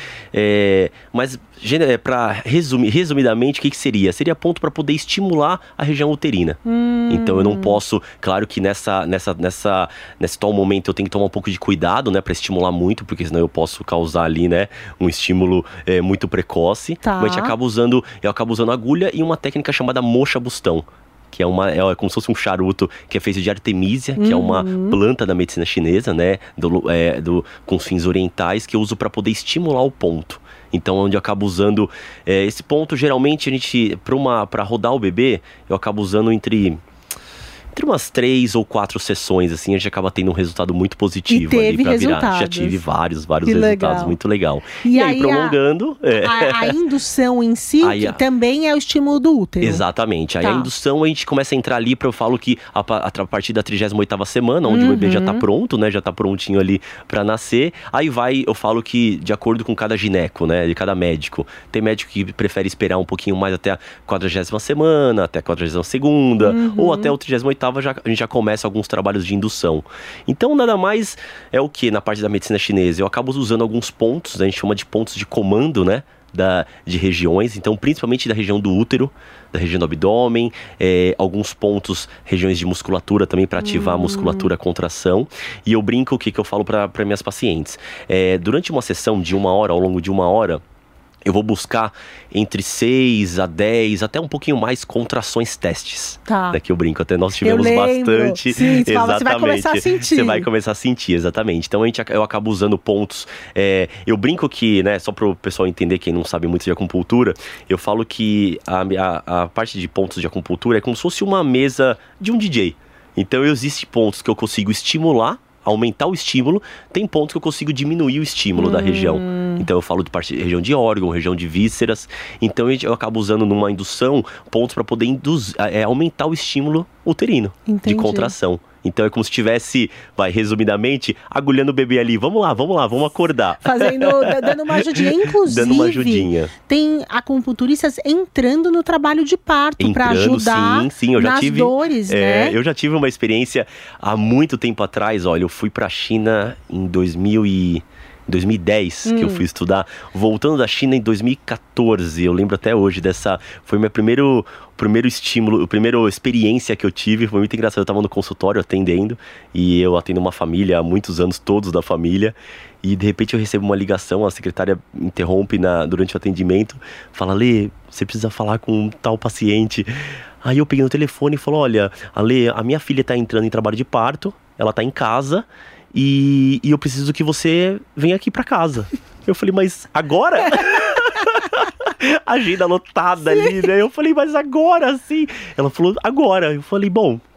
É, mas, para resumir, resumidamente, o que, que seria? Seria ponto para poder estimular a região uterina. Hum. Então eu não posso, claro que nessa, nessa, nessa, nesse tal momento eu tenho que tomar um pouco de cuidado, né, para estimular muito, porque senão eu posso causar ali, né, um estímulo é, muito precoce. Tá. Mas a gente acaba usando, eu acabo usando agulha e uma técnica chamada mocha bustão. Que é, uma, é como se fosse um charuto que é feito de artemisia, que uhum. é uma planta da medicina chinesa, né? Do, é, do, com fins orientais, que eu uso para poder estimular o ponto. Então, onde eu acabo usando é, esse ponto, geralmente, a gente, para rodar o bebê, eu acabo usando entre... Entre umas três ou quatro sessões, assim, a gente acaba tendo um resultado muito positivo e teve ali pra virar. resultados. Já tive vários, vários que resultados, legal. muito legal. E, e aí, aí, prolongando... A, é. a, a indução em si aí, a... também é o estímulo do útero. Exatamente. Aí tá. a indução, a gente começa a entrar ali, pra, eu falo que a, a partir da trigésima oitava semana, onde uhum. o bebê já tá pronto, né, já tá prontinho ali pra nascer, aí vai, eu falo que de acordo com cada gineco, né, de cada médico. Tem médico que prefere esperar um pouquinho mais até a quadragésima semana, até a quadragésima segunda, uhum. ou até o trigésima oitava, já, a gente já começa alguns trabalhos de indução. Então, nada mais é o que na parte da medicina chinesa? Eu acabo usando alguns pontos, a gente chama de pontos de comando, né? Da, de regiões, então principalmente da região do útero, da região do abdômen, é, alguns pontos, regiões de musculatura também para ativar hum. a musculatura, a contração. E eu brinco o que, que eu falo para minhas pacientes. É, durante uma sessão de uma hora, ao longo de uma hora, eu vou buscar entre seis a dez, até um pouquinho mais contrações testes. Tá. Daqui eu brinco, até nós tivemos bastante. Sim, exatamente. Fala, você vai começar a sentir. Você vai começar a sentir, exatamente. Então a gente, eu acabo usando pontos. É, eu brinco que, né, só para o pessoal entender, quem não sabe muito de acupuntura, eu falo que a, a, a parte de pontos de acupuntura é como se fosse uma mesa de um D J. Então existem pontos que eu consigo estimular, aumentar o estímulo, tem pontos que eu consigo diminuir o estímulo hum. da região. Então eu falo de parte, região de órgão, região de vísceras. Então eu acabo usando numa indução pontos para poder induzir, é, aumentar o estímulo uterino. Entendi. De contração. Então é como se tivesse, vai, resumidamente, agulhando o bebê ali. Vamos lá, vamos lá, vamos acordar. Fazendo, dando uma ajudinha. Inclusive, dando uma ajudinha. Tem acupunturistas entrando no trabalho de parto para ajudar sim, sim, eu já nas tive, dores, é, né? Eu já tive uma experiência há muito tempo atrás. Olha, eu fui pra China em dois mil e... dois mil e dez, hum. que eu fui estudar, voltando da China em dois mil e quatorze, eu lembro até hoje dessa, foi meu primeiro, primeiro estímulo, a primeira experiência que eu tive, foi muito engraçado, eu estava no consultório atendendo, e eu atendo uma família há muitos anos, todos da família, e de repente eu recebo uma ligação, a secretária interrompe na, durante o atendimento, fala, Lê, você precisa falar com um tal paciente. Aí eu peguei no telefone e falou, olha, Lê, a minha filha está entrando em trabalho de parto, ela está em casa, E, e eu preciso que você venha aqui pra casa. Eu falei, mas agora? Agenda lotada ali, né? Eu falei, mas agora sim. Ela falou, agora. Eu falei, bom,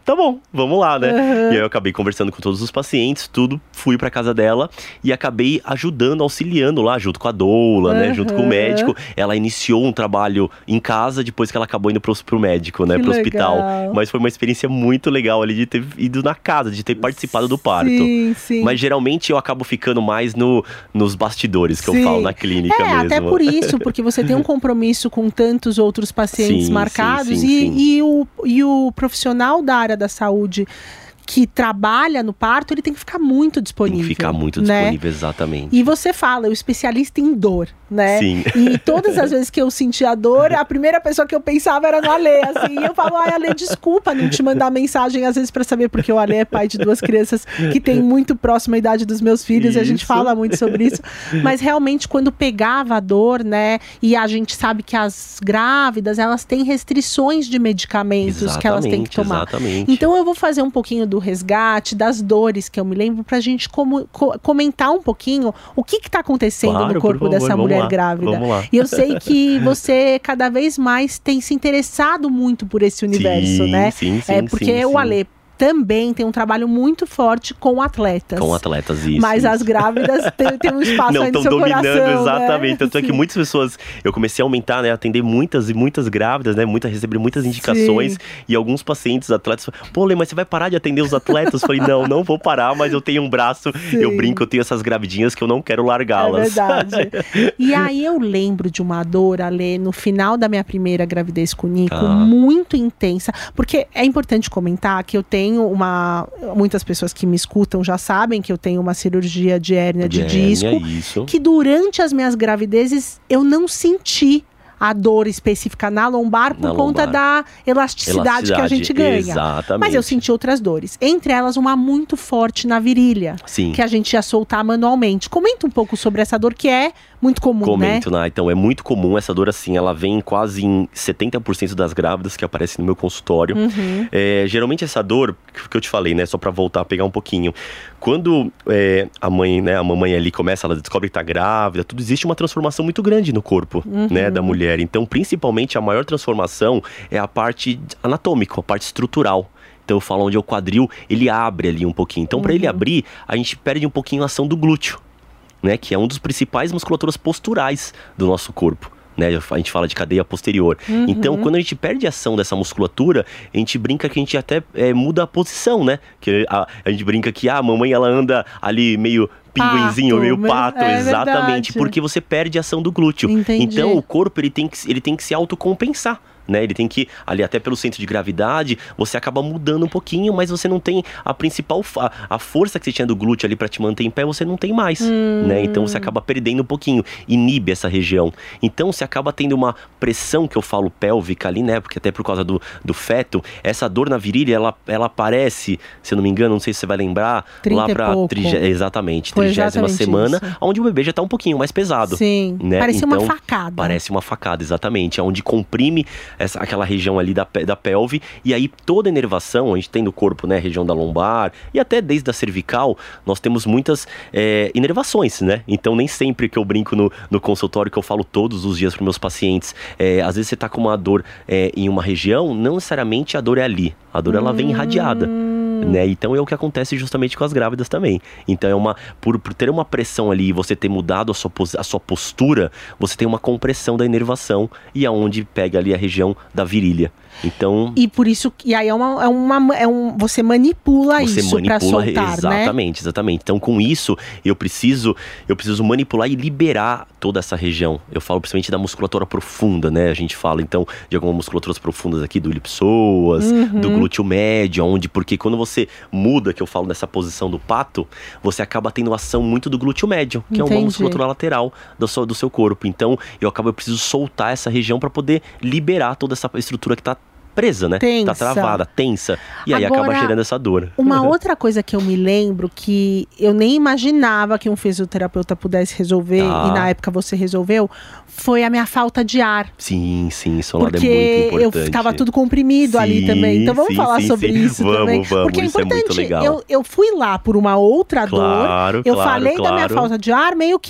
tá bom, vamos lá, né? Uhum. E aí eu acabei conversando com todos os pacientes, tudo, fui pra casa dela e acabei ajudando, auxiliando lá, junto com a doula, uhum. né? Junto com o médico. Ela iniciou um trabalho em casa, depois que ela acabou indo pro, pro médico, né? Que pro legal. hospital. Mas foi uma experiência muito legal ali de ter ido na casa, de ter participado do parto. Sim, sim. Mas geralmente eu acabo ficando mais no, nos bastidores, que sim. eu falo, na clínica é, mesmo. Até por isso, porque você tem um compromisso com tantos outros pacientes sim, marcados sim, sim, e, sim. E, o, e o profissional da área da saúde que trabalha no parto, ele tem que ficar muito disponível. Tem que ficar muito né? disponível, exatamente. E você fala, o especialista em dor, né? Sim. E todas as vezes que eu senti a dor, a primeira pessoa que eu pensava era no Alê, assim. E eu falo, ai, Alê, desculpa não te mandar mensagem, às vezes, pra saber, porque o Alê é pai de duas crianças que tem muito próxima a idade dos meus filhos, isso. E a gente fala muito sobre isso. Mas realmente, quando pegava a dor, né? E a gente sabe que as grávidas, elas têm restrições de medicamentos exatamente, que elas têm que tomar. Exatamente. Então, eu vou fazer um pouquinho do resgate, das dores que eu me lembro, pra gente como, co comentar um pouquinho o que que tá acontecendo claro, no corpo favor, dessa mulher lá, grávida. Vamos lá. E eu sei que você cada vez mais tem se interessado muito por esse universo, sim, né? Sim, sim, é porque sim, o sim. Alê também tem um trabalho muito forte com atletas. Com atletas, isso. Mas isso. as grávidas tem, tem um espaço não, aí no seu dominando, coração, exatamente. né? Tanto é que muitas pessoas, eu comecei a aumentar, né, atender muitas e muitas grávidas, né, muitas, receber muitas indicações. Sim. E alguns pacientes, atletas, pô, Lê, mas você vai parar de atender os atletas? Eu falei, não, não vou parar, mas eu tenho um braço, Sim. eu brinco, eu tenho essas gravidinhas que eu não quero largá-las. É verdade. E aí eu lembro de uma dor, Alê, no final da minha primeira gravidez com o Nico, ah. muito intensa, porque é importante comentar que eu tenho uma... Muitas pessoas que me escutam já sabem que eu tenho uma cirurgia de hérnia de, de disco, hérnia, isso. que durante as minhas gravidezes eu não senti a dor específica na lombar por na conta lombar. da elasticidade, elasticidade que a gente ganha. Exatamente. Mas eu senti outras dores. Entre elas, uma muito forte na virilha. Sim. Que a gente ia soltar manualmente. Comenta um pouco sobre essa dor que é muito comum, Comento, né? né? Então, é muito comum essa dor assim. Ela vem quase em setenta por cento das grávidas que aparecem no meu consultório. Uhum. É, geralmente essa dor, que eu te falei, né? Só pra voltar a pegar um pouquinho. Quando é, a mãe, né? A mamãe ali começa, ela descobre que tá grávida. Tudo existe uma transformação muito grande no corpo, uhum. né? Da mulher. Então, principalmente, a maior transformação é a parte anatômica, a parte estrutural. Então, eu falo onde é o quadril, ele abre ali um pouquinho. Então, uhum. para ele abrir, a gente perde um pouquinho a ação do glúteo, né? Que é um dos principais musculaturas posturais do nosso corpo. Né? A gente fala de cadeia posterior. Uhum. Então, quando a gente perde a ação dessa musculatura, a gente brinca que a gente até é, muda a posição, né? Que a, a gente brinca que ah, a mamãe ela anda ali meio... pinguinzinho, meio pato, é exatamente, verdade. Porque você perde a ação do glúteo. Entendi. Então o corpo ele tem que, ele tem que se autocompensar. Né? Ele tem que, ali até pelo centro de gravidade, você acaba mudando um pouquinho, mas você não tem a principal, a, a força que você tinha do glúteo ali pra te manter em pé, você não tem mais, hum. né? Então você acaba perdendo um pouquinho, inibe essa região. Então você acaba tendo uma pressão, que eu falo pélvica ali, né? Porque até por causa do, do feto, essa dor na virilha, ela, ela aparece, se eu não me engano, não sei se você vai lembrar, lá pra trige, exatamente, trigésima semana, isso. onde o bebê já tá um pouquinho mais pesado. Sim, né? Parece então, uma facada. Parece uma facada, exatamente, onde comprime essa, aquela região ali da, da pelve, e aí toda a inervação, a gente tem no corpo, né, região da lombar, e até desde a cervical, nós temos muitas é, inervações, né? Então nem sempre que eu brinco no, no consultório, que eu falo todos os dias para meus pacientes, é, às vezes você tá com uma dor é, em uma região, não necessariamente a dor é ali, a dor hum. ela vem irradiada. Né? Então é o que acontece justamente com as grávidas também. Então é uma, por, por ter uma pressão ali e você ter mudado a sua, a sua postura, você tem uma compressão da inervação e aonde pega ali a região da virilha. Então... E por isso, e aí é uma, é uma é um, você manipula você isso manipula, pra soltar, exatamente, né? Exatamente. Então com isso, eu preciso, eu preciso manipular e liberar toda essa região. Eu falo principalmente da musculatura profunda, né? A gente fala então de algumas musculaturas profundas aqui, do ilipsoas, uhum. do glúteo médio, onde, porque quando você muda, que eu falo dessa posição do pato, você acaba tendo ação muito do glúteo médio, que Entendi. é uma musculatura lateral do seu, do seu corpo. Então eu acabo, eu preciso soltar essa região para poder liberar toda essa estrutura que tá presa, né? Tensa. Tá travada, tensa. E aí Agora, acaba gerando essa dor. Uma outra coisa que eu me lembro, que eu nem imaginava que um fisioterapeuta pudesse resolver, ah. e na época você resolveu, foi a minha falta de ar. Sim, sim, isso é muito importante. Porque eu tava tudo comprimido sim, ali também. Então vamos sim, falar sim, sobre sim. isso vamos, também. Vamos, Porque é isso importante. É muito legal. Eu, eu fui lá por uma outra claro, dor. Eu claro, falei claro. da minha falta de ar, meio que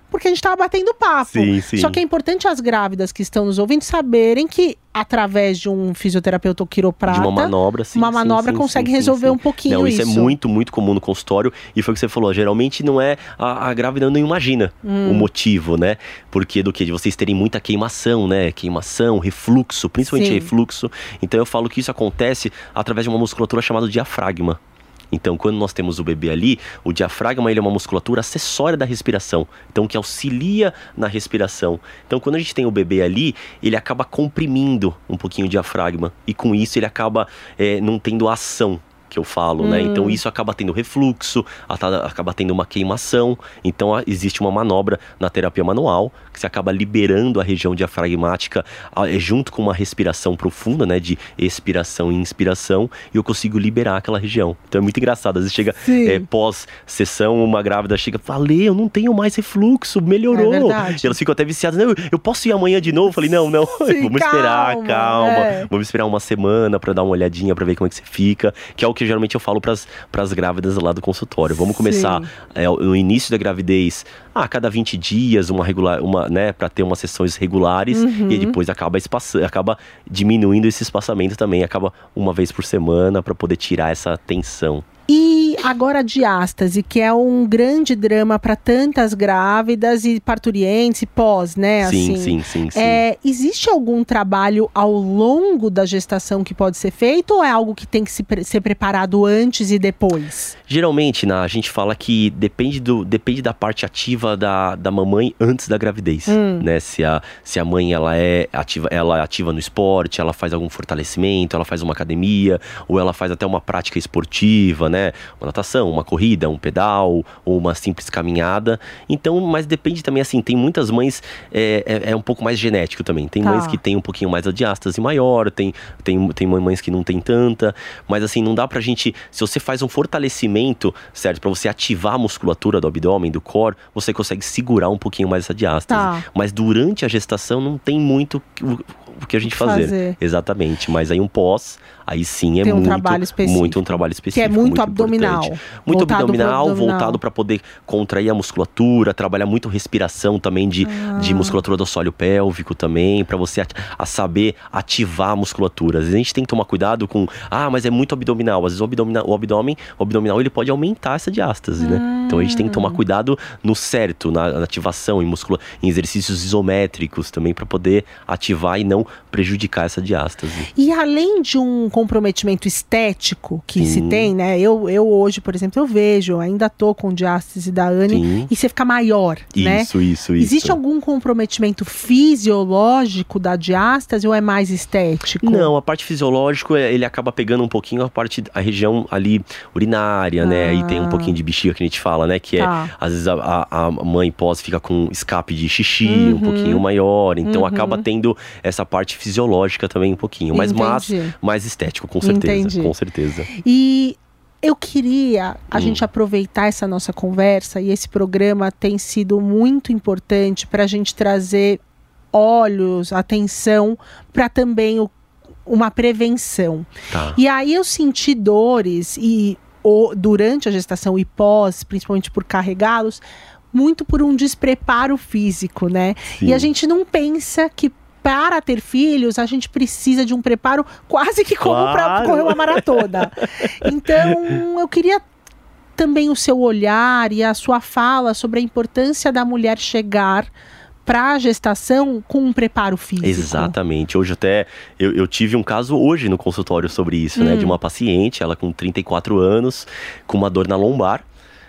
porque a gente tava batendo papo. Sim, sim. Só que é importante as grávidas que estão nos ouvindo saberem que através de um fisioterapeuta ou quiroprata, de uma manobra, sim, uma manobra sim, consegue sim, resolver sim, um pouquinho não, isso. Isso é muito, muito comum no consultório. E foi o que você falou, geralmente não é, a, a grávida não imagina hum. o motivo, né? Porque do que? De vocês terem muita queimação, né? Queimação, refluxo, principalmente sim. refluxo. Então eu falo que isso acontece através de uma musculatura chamada diafragma. Então, quando nós temos o bebê ali, o diafragma ele é uma musculatura acessória da respiração, então que auxilia na respiração. Então, quando a gente tem o bebê ali, ele acaba comprimindo um pouquinho o diafragma e com isso ele acaba é, não tendo ação, que eu falo, hum. né? Então isso acaba tendo refluxo, acaba tendo uma queimação. Então existe uma manobra na terapia manual que você acaba liberando a região diafragmática junto com uma respiração profunda, né? De expiração e inspiração, e eu consigo liberar aquela região. Então é muito engraçado. Às vezes chega é, pós-sessão, uma grávida chega e fala, Lê, eu não tenho mais refluxo, melhorou. É verdade. E elas ficam até viciadas. Não, eu posso ir amanhã de novo? Eu falei, não, não, Sim, vamos esperar, calma. calma. É. Vamos esperar uma semana pra dar uma olhadinha, pra ver como é que você fica. Que é o que geralmente eu falo pras, pras grávidas lá do consultório. Vamos começar é, no início da gravidez, a ah, cada vinte dias, uma regular, uma, né, para ter umas sessões regulares, uhum. e depois acaba, espaça, acaba diminuindo esse espaçamento também, acaba uma vez por semana para poder tirar essa tensão. E agora a diástase, que é um grande drama para tantas grávidas e parturientes e pós, né? Sim, assim, sim, sim, sim. É, existe algum trabalho ao longo da gestação que pode ser feito ou é algo que tem que se pre- ser preparado antes e depois? Geralmente, né, a gente fala que depende, do, depende da parte ativa da, da mamãe antes da gravidez, hum. né? Se a, se a mãe ela é, ativa, ela é ativa no esporte, ela faz algum fortalecimento, ela faz uma academia, ou ela faz até uma prática esportiva, né? Uma natação, uma corrida, um pedal ou uma simples caminhada. Então, mas depende também, assim, tem muitas mães, é, é, é um pouco mais genético também. Tem tá. mães que tem um pouquinho mais a diástase maior, tem, tem, tem mães que não tem tanta, mas assim, não dá pra gente, se você faz um fortalecimento, certo, pra você ativar a musculatura do abdômen, do core, você consegue segurar um pouquinho mais essa diástase. Tá. Mas durante a gestação não tem muito o, o que a gente fazer. fazer. Exatamente, mas aí um pós, aí sim é tem um muito, trabalho específico. muito um trabalho específico. Que é muito, muito abdominal. Muito voltado abdominal, voltado para poder contrair a musculatura, trabalhar muito respiração também de, ah. de musculatura do assoalho pélvico também, para você a, a saber ativar a musculatura. Às vezes a gente tem que tomar cuidado com, ah, mas é muito abdominal. Às vezes o, abdomina, o, abdômen, o abdominal ele pode aumentar essa diástase, ah. né? Então a gente tem que tomar cuidado no certo, na, na ativação, em, muscula, em exercícios isométricos também, para poder ativar e não prejudicar essa diástase. E além de um comprometimento estético que Sim. se tem, né? Eu, eu hoje, por exemplo, eu vejo, eu ainda tô com diástase da Anne Sim. e você fica maior, isso, né? Isso, isso, Existe algum comprometimento fisiológico da diástase ou é mais estético? Não, a parte fisiológica, ele acaba pegando um pouquinho a parte, a região ali urinária, ah. né? E tem um pouquinho de bexiga que a gente fala, né? Que é, ah. às vezes a, a mãe pós fica com escape de xixi uhum. um pouquinho maior, então uhum. acaba tendo essa parte fisiológica também um pouquinho, mas mais, mais estético, com certeza, Entendi. com certeza. E eu queria a hum. gente aproveitar essa nossa conversa, e esse programa tem sido muito importante para a gente trazer olhos, atenção para também o, uma prevenção. Tá. E aí eu senti dores e o, durante a gestação e pós, principalmente por carregá-los, muito por um despreparo físico, né? Sim. E a gente não pensa que para ter filhos, a gente precisa de um preparo quase que como claro. para correr uma maratona. Então, eu queria também o seu olhar e a sua fala sobre a importância da mulher chegar para a gestação com um preparo físico. Exatamente. Hoje até, eu, eu tive um caso hoje no consultório sobre isso, hum. né? De uma paciente, ela com trinta e quatro anos, com uma dor na lombar.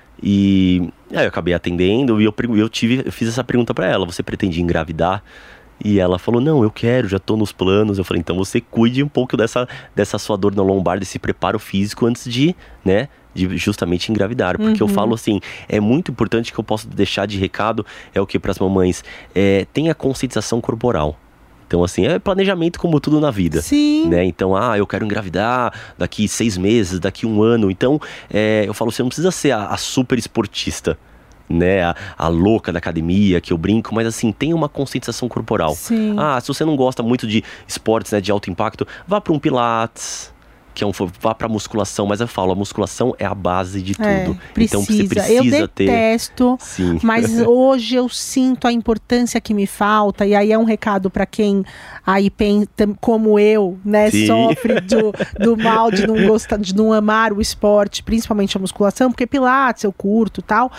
E aí eu acabei atendendo e eu, eu, tive, eu fiz essa pergunta para ela: você pretende engravidar? E ela falou, não, eu quero, já tô nos planos. Eu falei, então você cuide um pouco dessa, dessa sua dor na lombar, desse preparo físico antes de, né, de justamente engravidar. Porque uhum. eu falo assim, é muito importante, que eu posso deixar de recado, é o que para as mamães, é, tem a conscientização corporal. Então, assim, é planejamento como tudo na vida. Sim. Né? Então, ah, eu quero engravidar daqui seis meses, daqui um ano. Então, é, eu falo, você não precisa ser a, a super esportista, né, a, a louca da academia, que eu brinco, mas assim, tem uma conscientização corporal. Sim. Ah, se você não gosta muito de esportes, né, de alto impacto, vá para um pilates, que é um, vá pra musculação, mas eu falo, a musculação é a base de tudo. É, precisa. Então você precisa eu ter. detesto, Sim. mas hoje eu sinto a importância que me falta, e aí é um recado para quem aí pensa, como eu, né, Sim. sofre do, do mal de não gostar, de não amar o esporte, principalmente a musculação, porque Pilates eu curto e tal,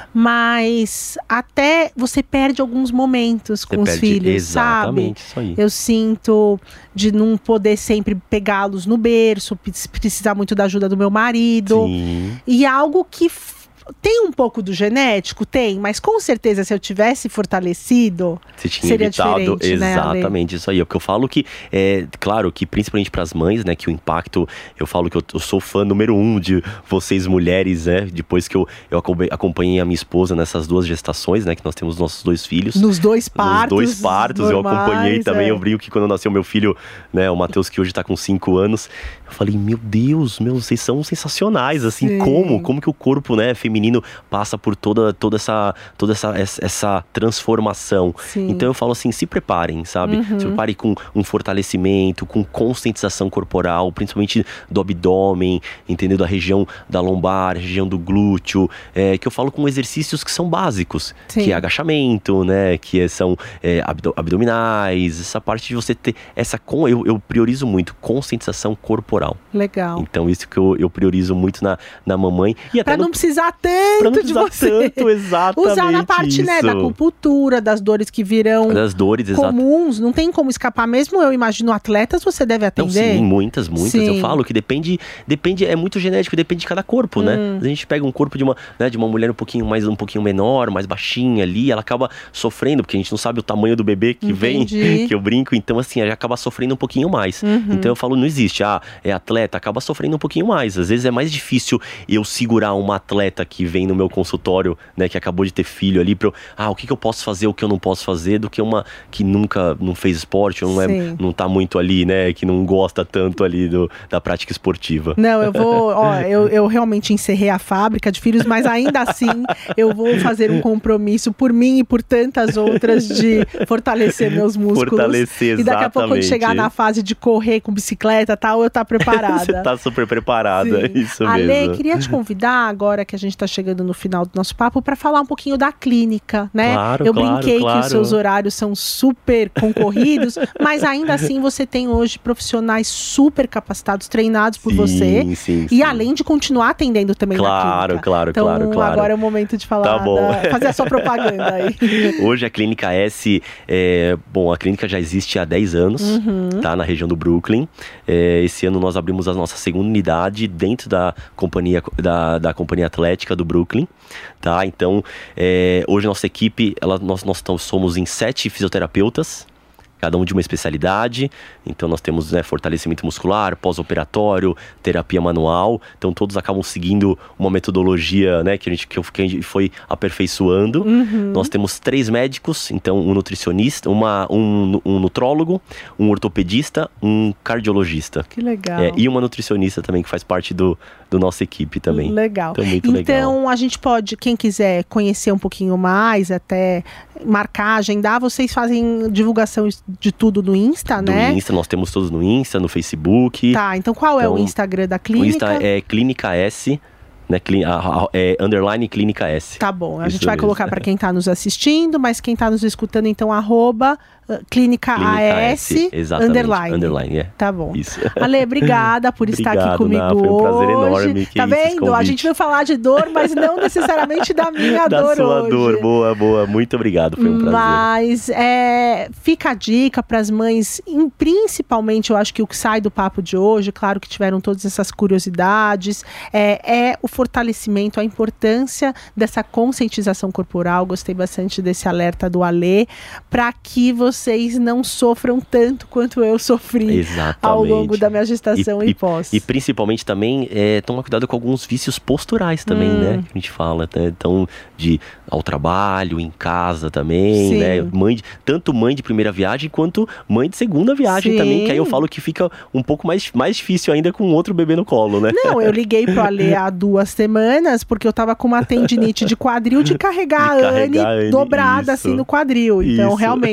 mas até você perde alguns momentos Você com os perde, filhos, exatamente, sabe? isso aí. Eu sinto de não poder sempre pegá-los no berço, precisar muito da ajuda do meu marido. Sim. E algo que f- tem um pouco do genético, tem, mas com certeza se eu tivesse fortalecido, Você tinha seria evitado, diferente, né, Ale? exatamente, isso aí. É porque eu falo que, é claro que principalmente para as mães, né, que o impacto, eu falo que eu, eu sou fã número um de vocês mulheres, né, depois que eu, eu acompanhei- acompanhei a minha esposa nessas duas gestações, né, que nós temos nossos dois filhos. Nos dois partos. Nos dois partos, eu normais, acompanhei também, é. eu brinco que quando nasceu meu filho, né, o Matheus, que hoje tá com cinco anos, eu falei, meu Deus, meu, vocês são sensacionais, assim, Sim. como, como que o corpo, né, feminino passa por toda, toda essa, toda essa, essa, essa transformação. Sim. Então eu falo assim, se preparem, sabe? Uhum. Se preparem com um fortalecimento, com conscientização corporal, principalmente do abdômen, entendeu? Da região da lombar, região do glúteo, é, que eu falo com exercícios que são básicos, Sim. que é agachamento, né? Que é- são é, abdo- abdominais, essa parte de você ter essa, com, eu, eu priorizo muito, conscientização corporal. Legal. Então isso que eu, eu priorizo muito na, na mamãe. E até Pra no, não precisar pra tanto não de precisar você. tanto, exatamente Usar na parte, né, da isso. acupuntura, das dores que virão Das dores, exato. comuns, não tem como escapar. Mesmo eu imagino atletas, você deve Não, atender. sim, muitas, muitas. Sim. Eu falo que depende, depende, é muito genético, depende de cada corpo, né? Hum. A gente pega um corpo de uma, né, de uma mulher um pouquinho mais, um pouquinho menor, mais baixinha ali, ela acaba sofrendo, porque a gente não sabe o tamanho do bebê que Entendi. vem, que eu brinco, então assim, ela acaba sofrendo um pouquinho mais. Uhum. Então eu falo, não existe, ah, é atleta, acaba sofrendo um pouquinho mais. Às vezes é mais difícil eu segurar uma atleta que vem no meu consultório, né, que acabou de ter filho ali, pra eu, ah, o que, que eu posso fazer, o que eu não posso fazer, do que uma que nunca, não fez esporte, ou não, é, Sim. não tá muito ali, né, que não gosta tanto ali do, da prática esportiva. Não, eu vou, ó, eu, eu realmente encerrei a fábrica de filhos, mas ainda assim eu vou fazer um compromisso por mim e por tantas outras de fortalecer meus músculos. Fortalecer, E daqui a pouco, quando exatamente. chegar na fase de correr com bicicleta e tal, eu tá preparada. Você tá super preparada, Sim. isso Ale, mesmo. queria te convidar, agora que a gente tá chegando no final do nosso papo, para falar um pouquinho da clínica, né? Claro, eu claro, brinquei claro. que os seus horários são super concorridos, mas ainda assim você tem hoje profissionais super capacitados, treinados por Sim, você. sim, E sim. além de continuar atendendo também na Claro, clínica. claro, então, claro, claro. agora é o momento de falar, Tá bom. da- fazer a sua propaganda aí. Hoje a Clínica S, é, bom, a clínica já existe há dez anos, Uhum. tá, na região do Brooklyn. É, esse ano nós abrimos a nossa segunda unidade dentro da companhia, da, da companhia atlética do Brooklyn, tá? Então, é, hoje nossa equipe, ela, nós, nós tamo- somos em sete fisioterapeutas, cada um de uma especialidade. Então nós temos, né, fortalecimento muscular, pós-operatório, terapia manual. Então todos acabam seguindo uma metodologia, né, que a gente, que eu- que a gente foi aperfeiçoando. Uhum. Nós temos três médicos, então um nutricionista, uma, um, um nutrólogo, um ortopedista, um cardiologista. Que legal. É, e uma nutricionista também, que faz parte do, do nossa equipe também. Legal. Então, muito legal. Então, a gente pode, quem quiser conhecer um pouquinho mais, até marcar, agendar, vocês fazem divulgação de tudo no Insta, Do né? Insta, nós temos todos no Insta, no Facebook. Tá, então qual é o Então, Instagram da O clínica? Insta é Clínica S, né? Clí- a- a- é underline Clínica S. Tá bom, a Isso gente vai mesmo. colocar para quem tá nos assistindo, mas quem tá nos escutando, então, arroba uh, Clínica, Clínica A S, exatamente, underline. underline, é. Tá bom. Isso. Ale, obrigada por estar aqui Obrigado, comigo Ná, foi um prazer hoje. enorme, que Tá isso, esse vendo? A convite. gente veio falar de dor, mas não necessariamente da minha Da dor sua hoje. dor, boa, boa. Muito obrigado, foi um prazer. Mas é, fica a dica para as mães, em- principalmente, eu acho que o que sai do papo de hoje, claro que tiveram todas essas curiosidades, é, é o fortalecimento, a importância dessa conscientização corporal. Gostei bastante desse alerta do Ale, para que vocês não sofram tanto quanto eu sofri Exatamente. ao longo da minha gestação e, e, pós. E principalmente também é, tomar cuidado com alguns vícios posturais também, Hum. né? Que a gente fala, né? Então, de ao trabalho, em casa também, Sim. né? Mãe de, tanto mãe de primeira viagem quanto mãe de segunda viagem Sim. também, que aí eu falo que fica um pouco mais, mais difícil ainda com outro bebê no colo, né? Não, eu liguei pro Ale há duas semanas, porque eu tava com uma tendinite de quadril de carregar, De a Anne carregar a Anne, dobrada isso. assim no quadril. Então, Isso. realmente, faz muito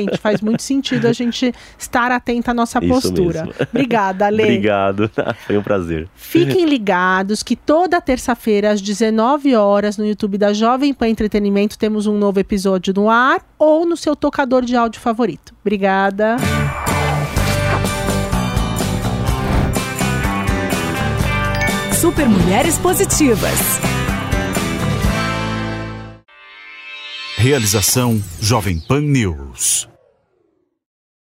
muito sentido a gente estar atenta à nossa Isso postura. mesmo. Obrigada, Lê. Obrigado, foi um prazer. Fiquem ligados que toda terça-feira às dezenove horas no YouTube da Jovem Pan Entretenimento temos um novo episódio no ar ou no seu tocador de áudio favorito. Obrigada. Super Mulheres Positivas. Realização Jovem Pan News.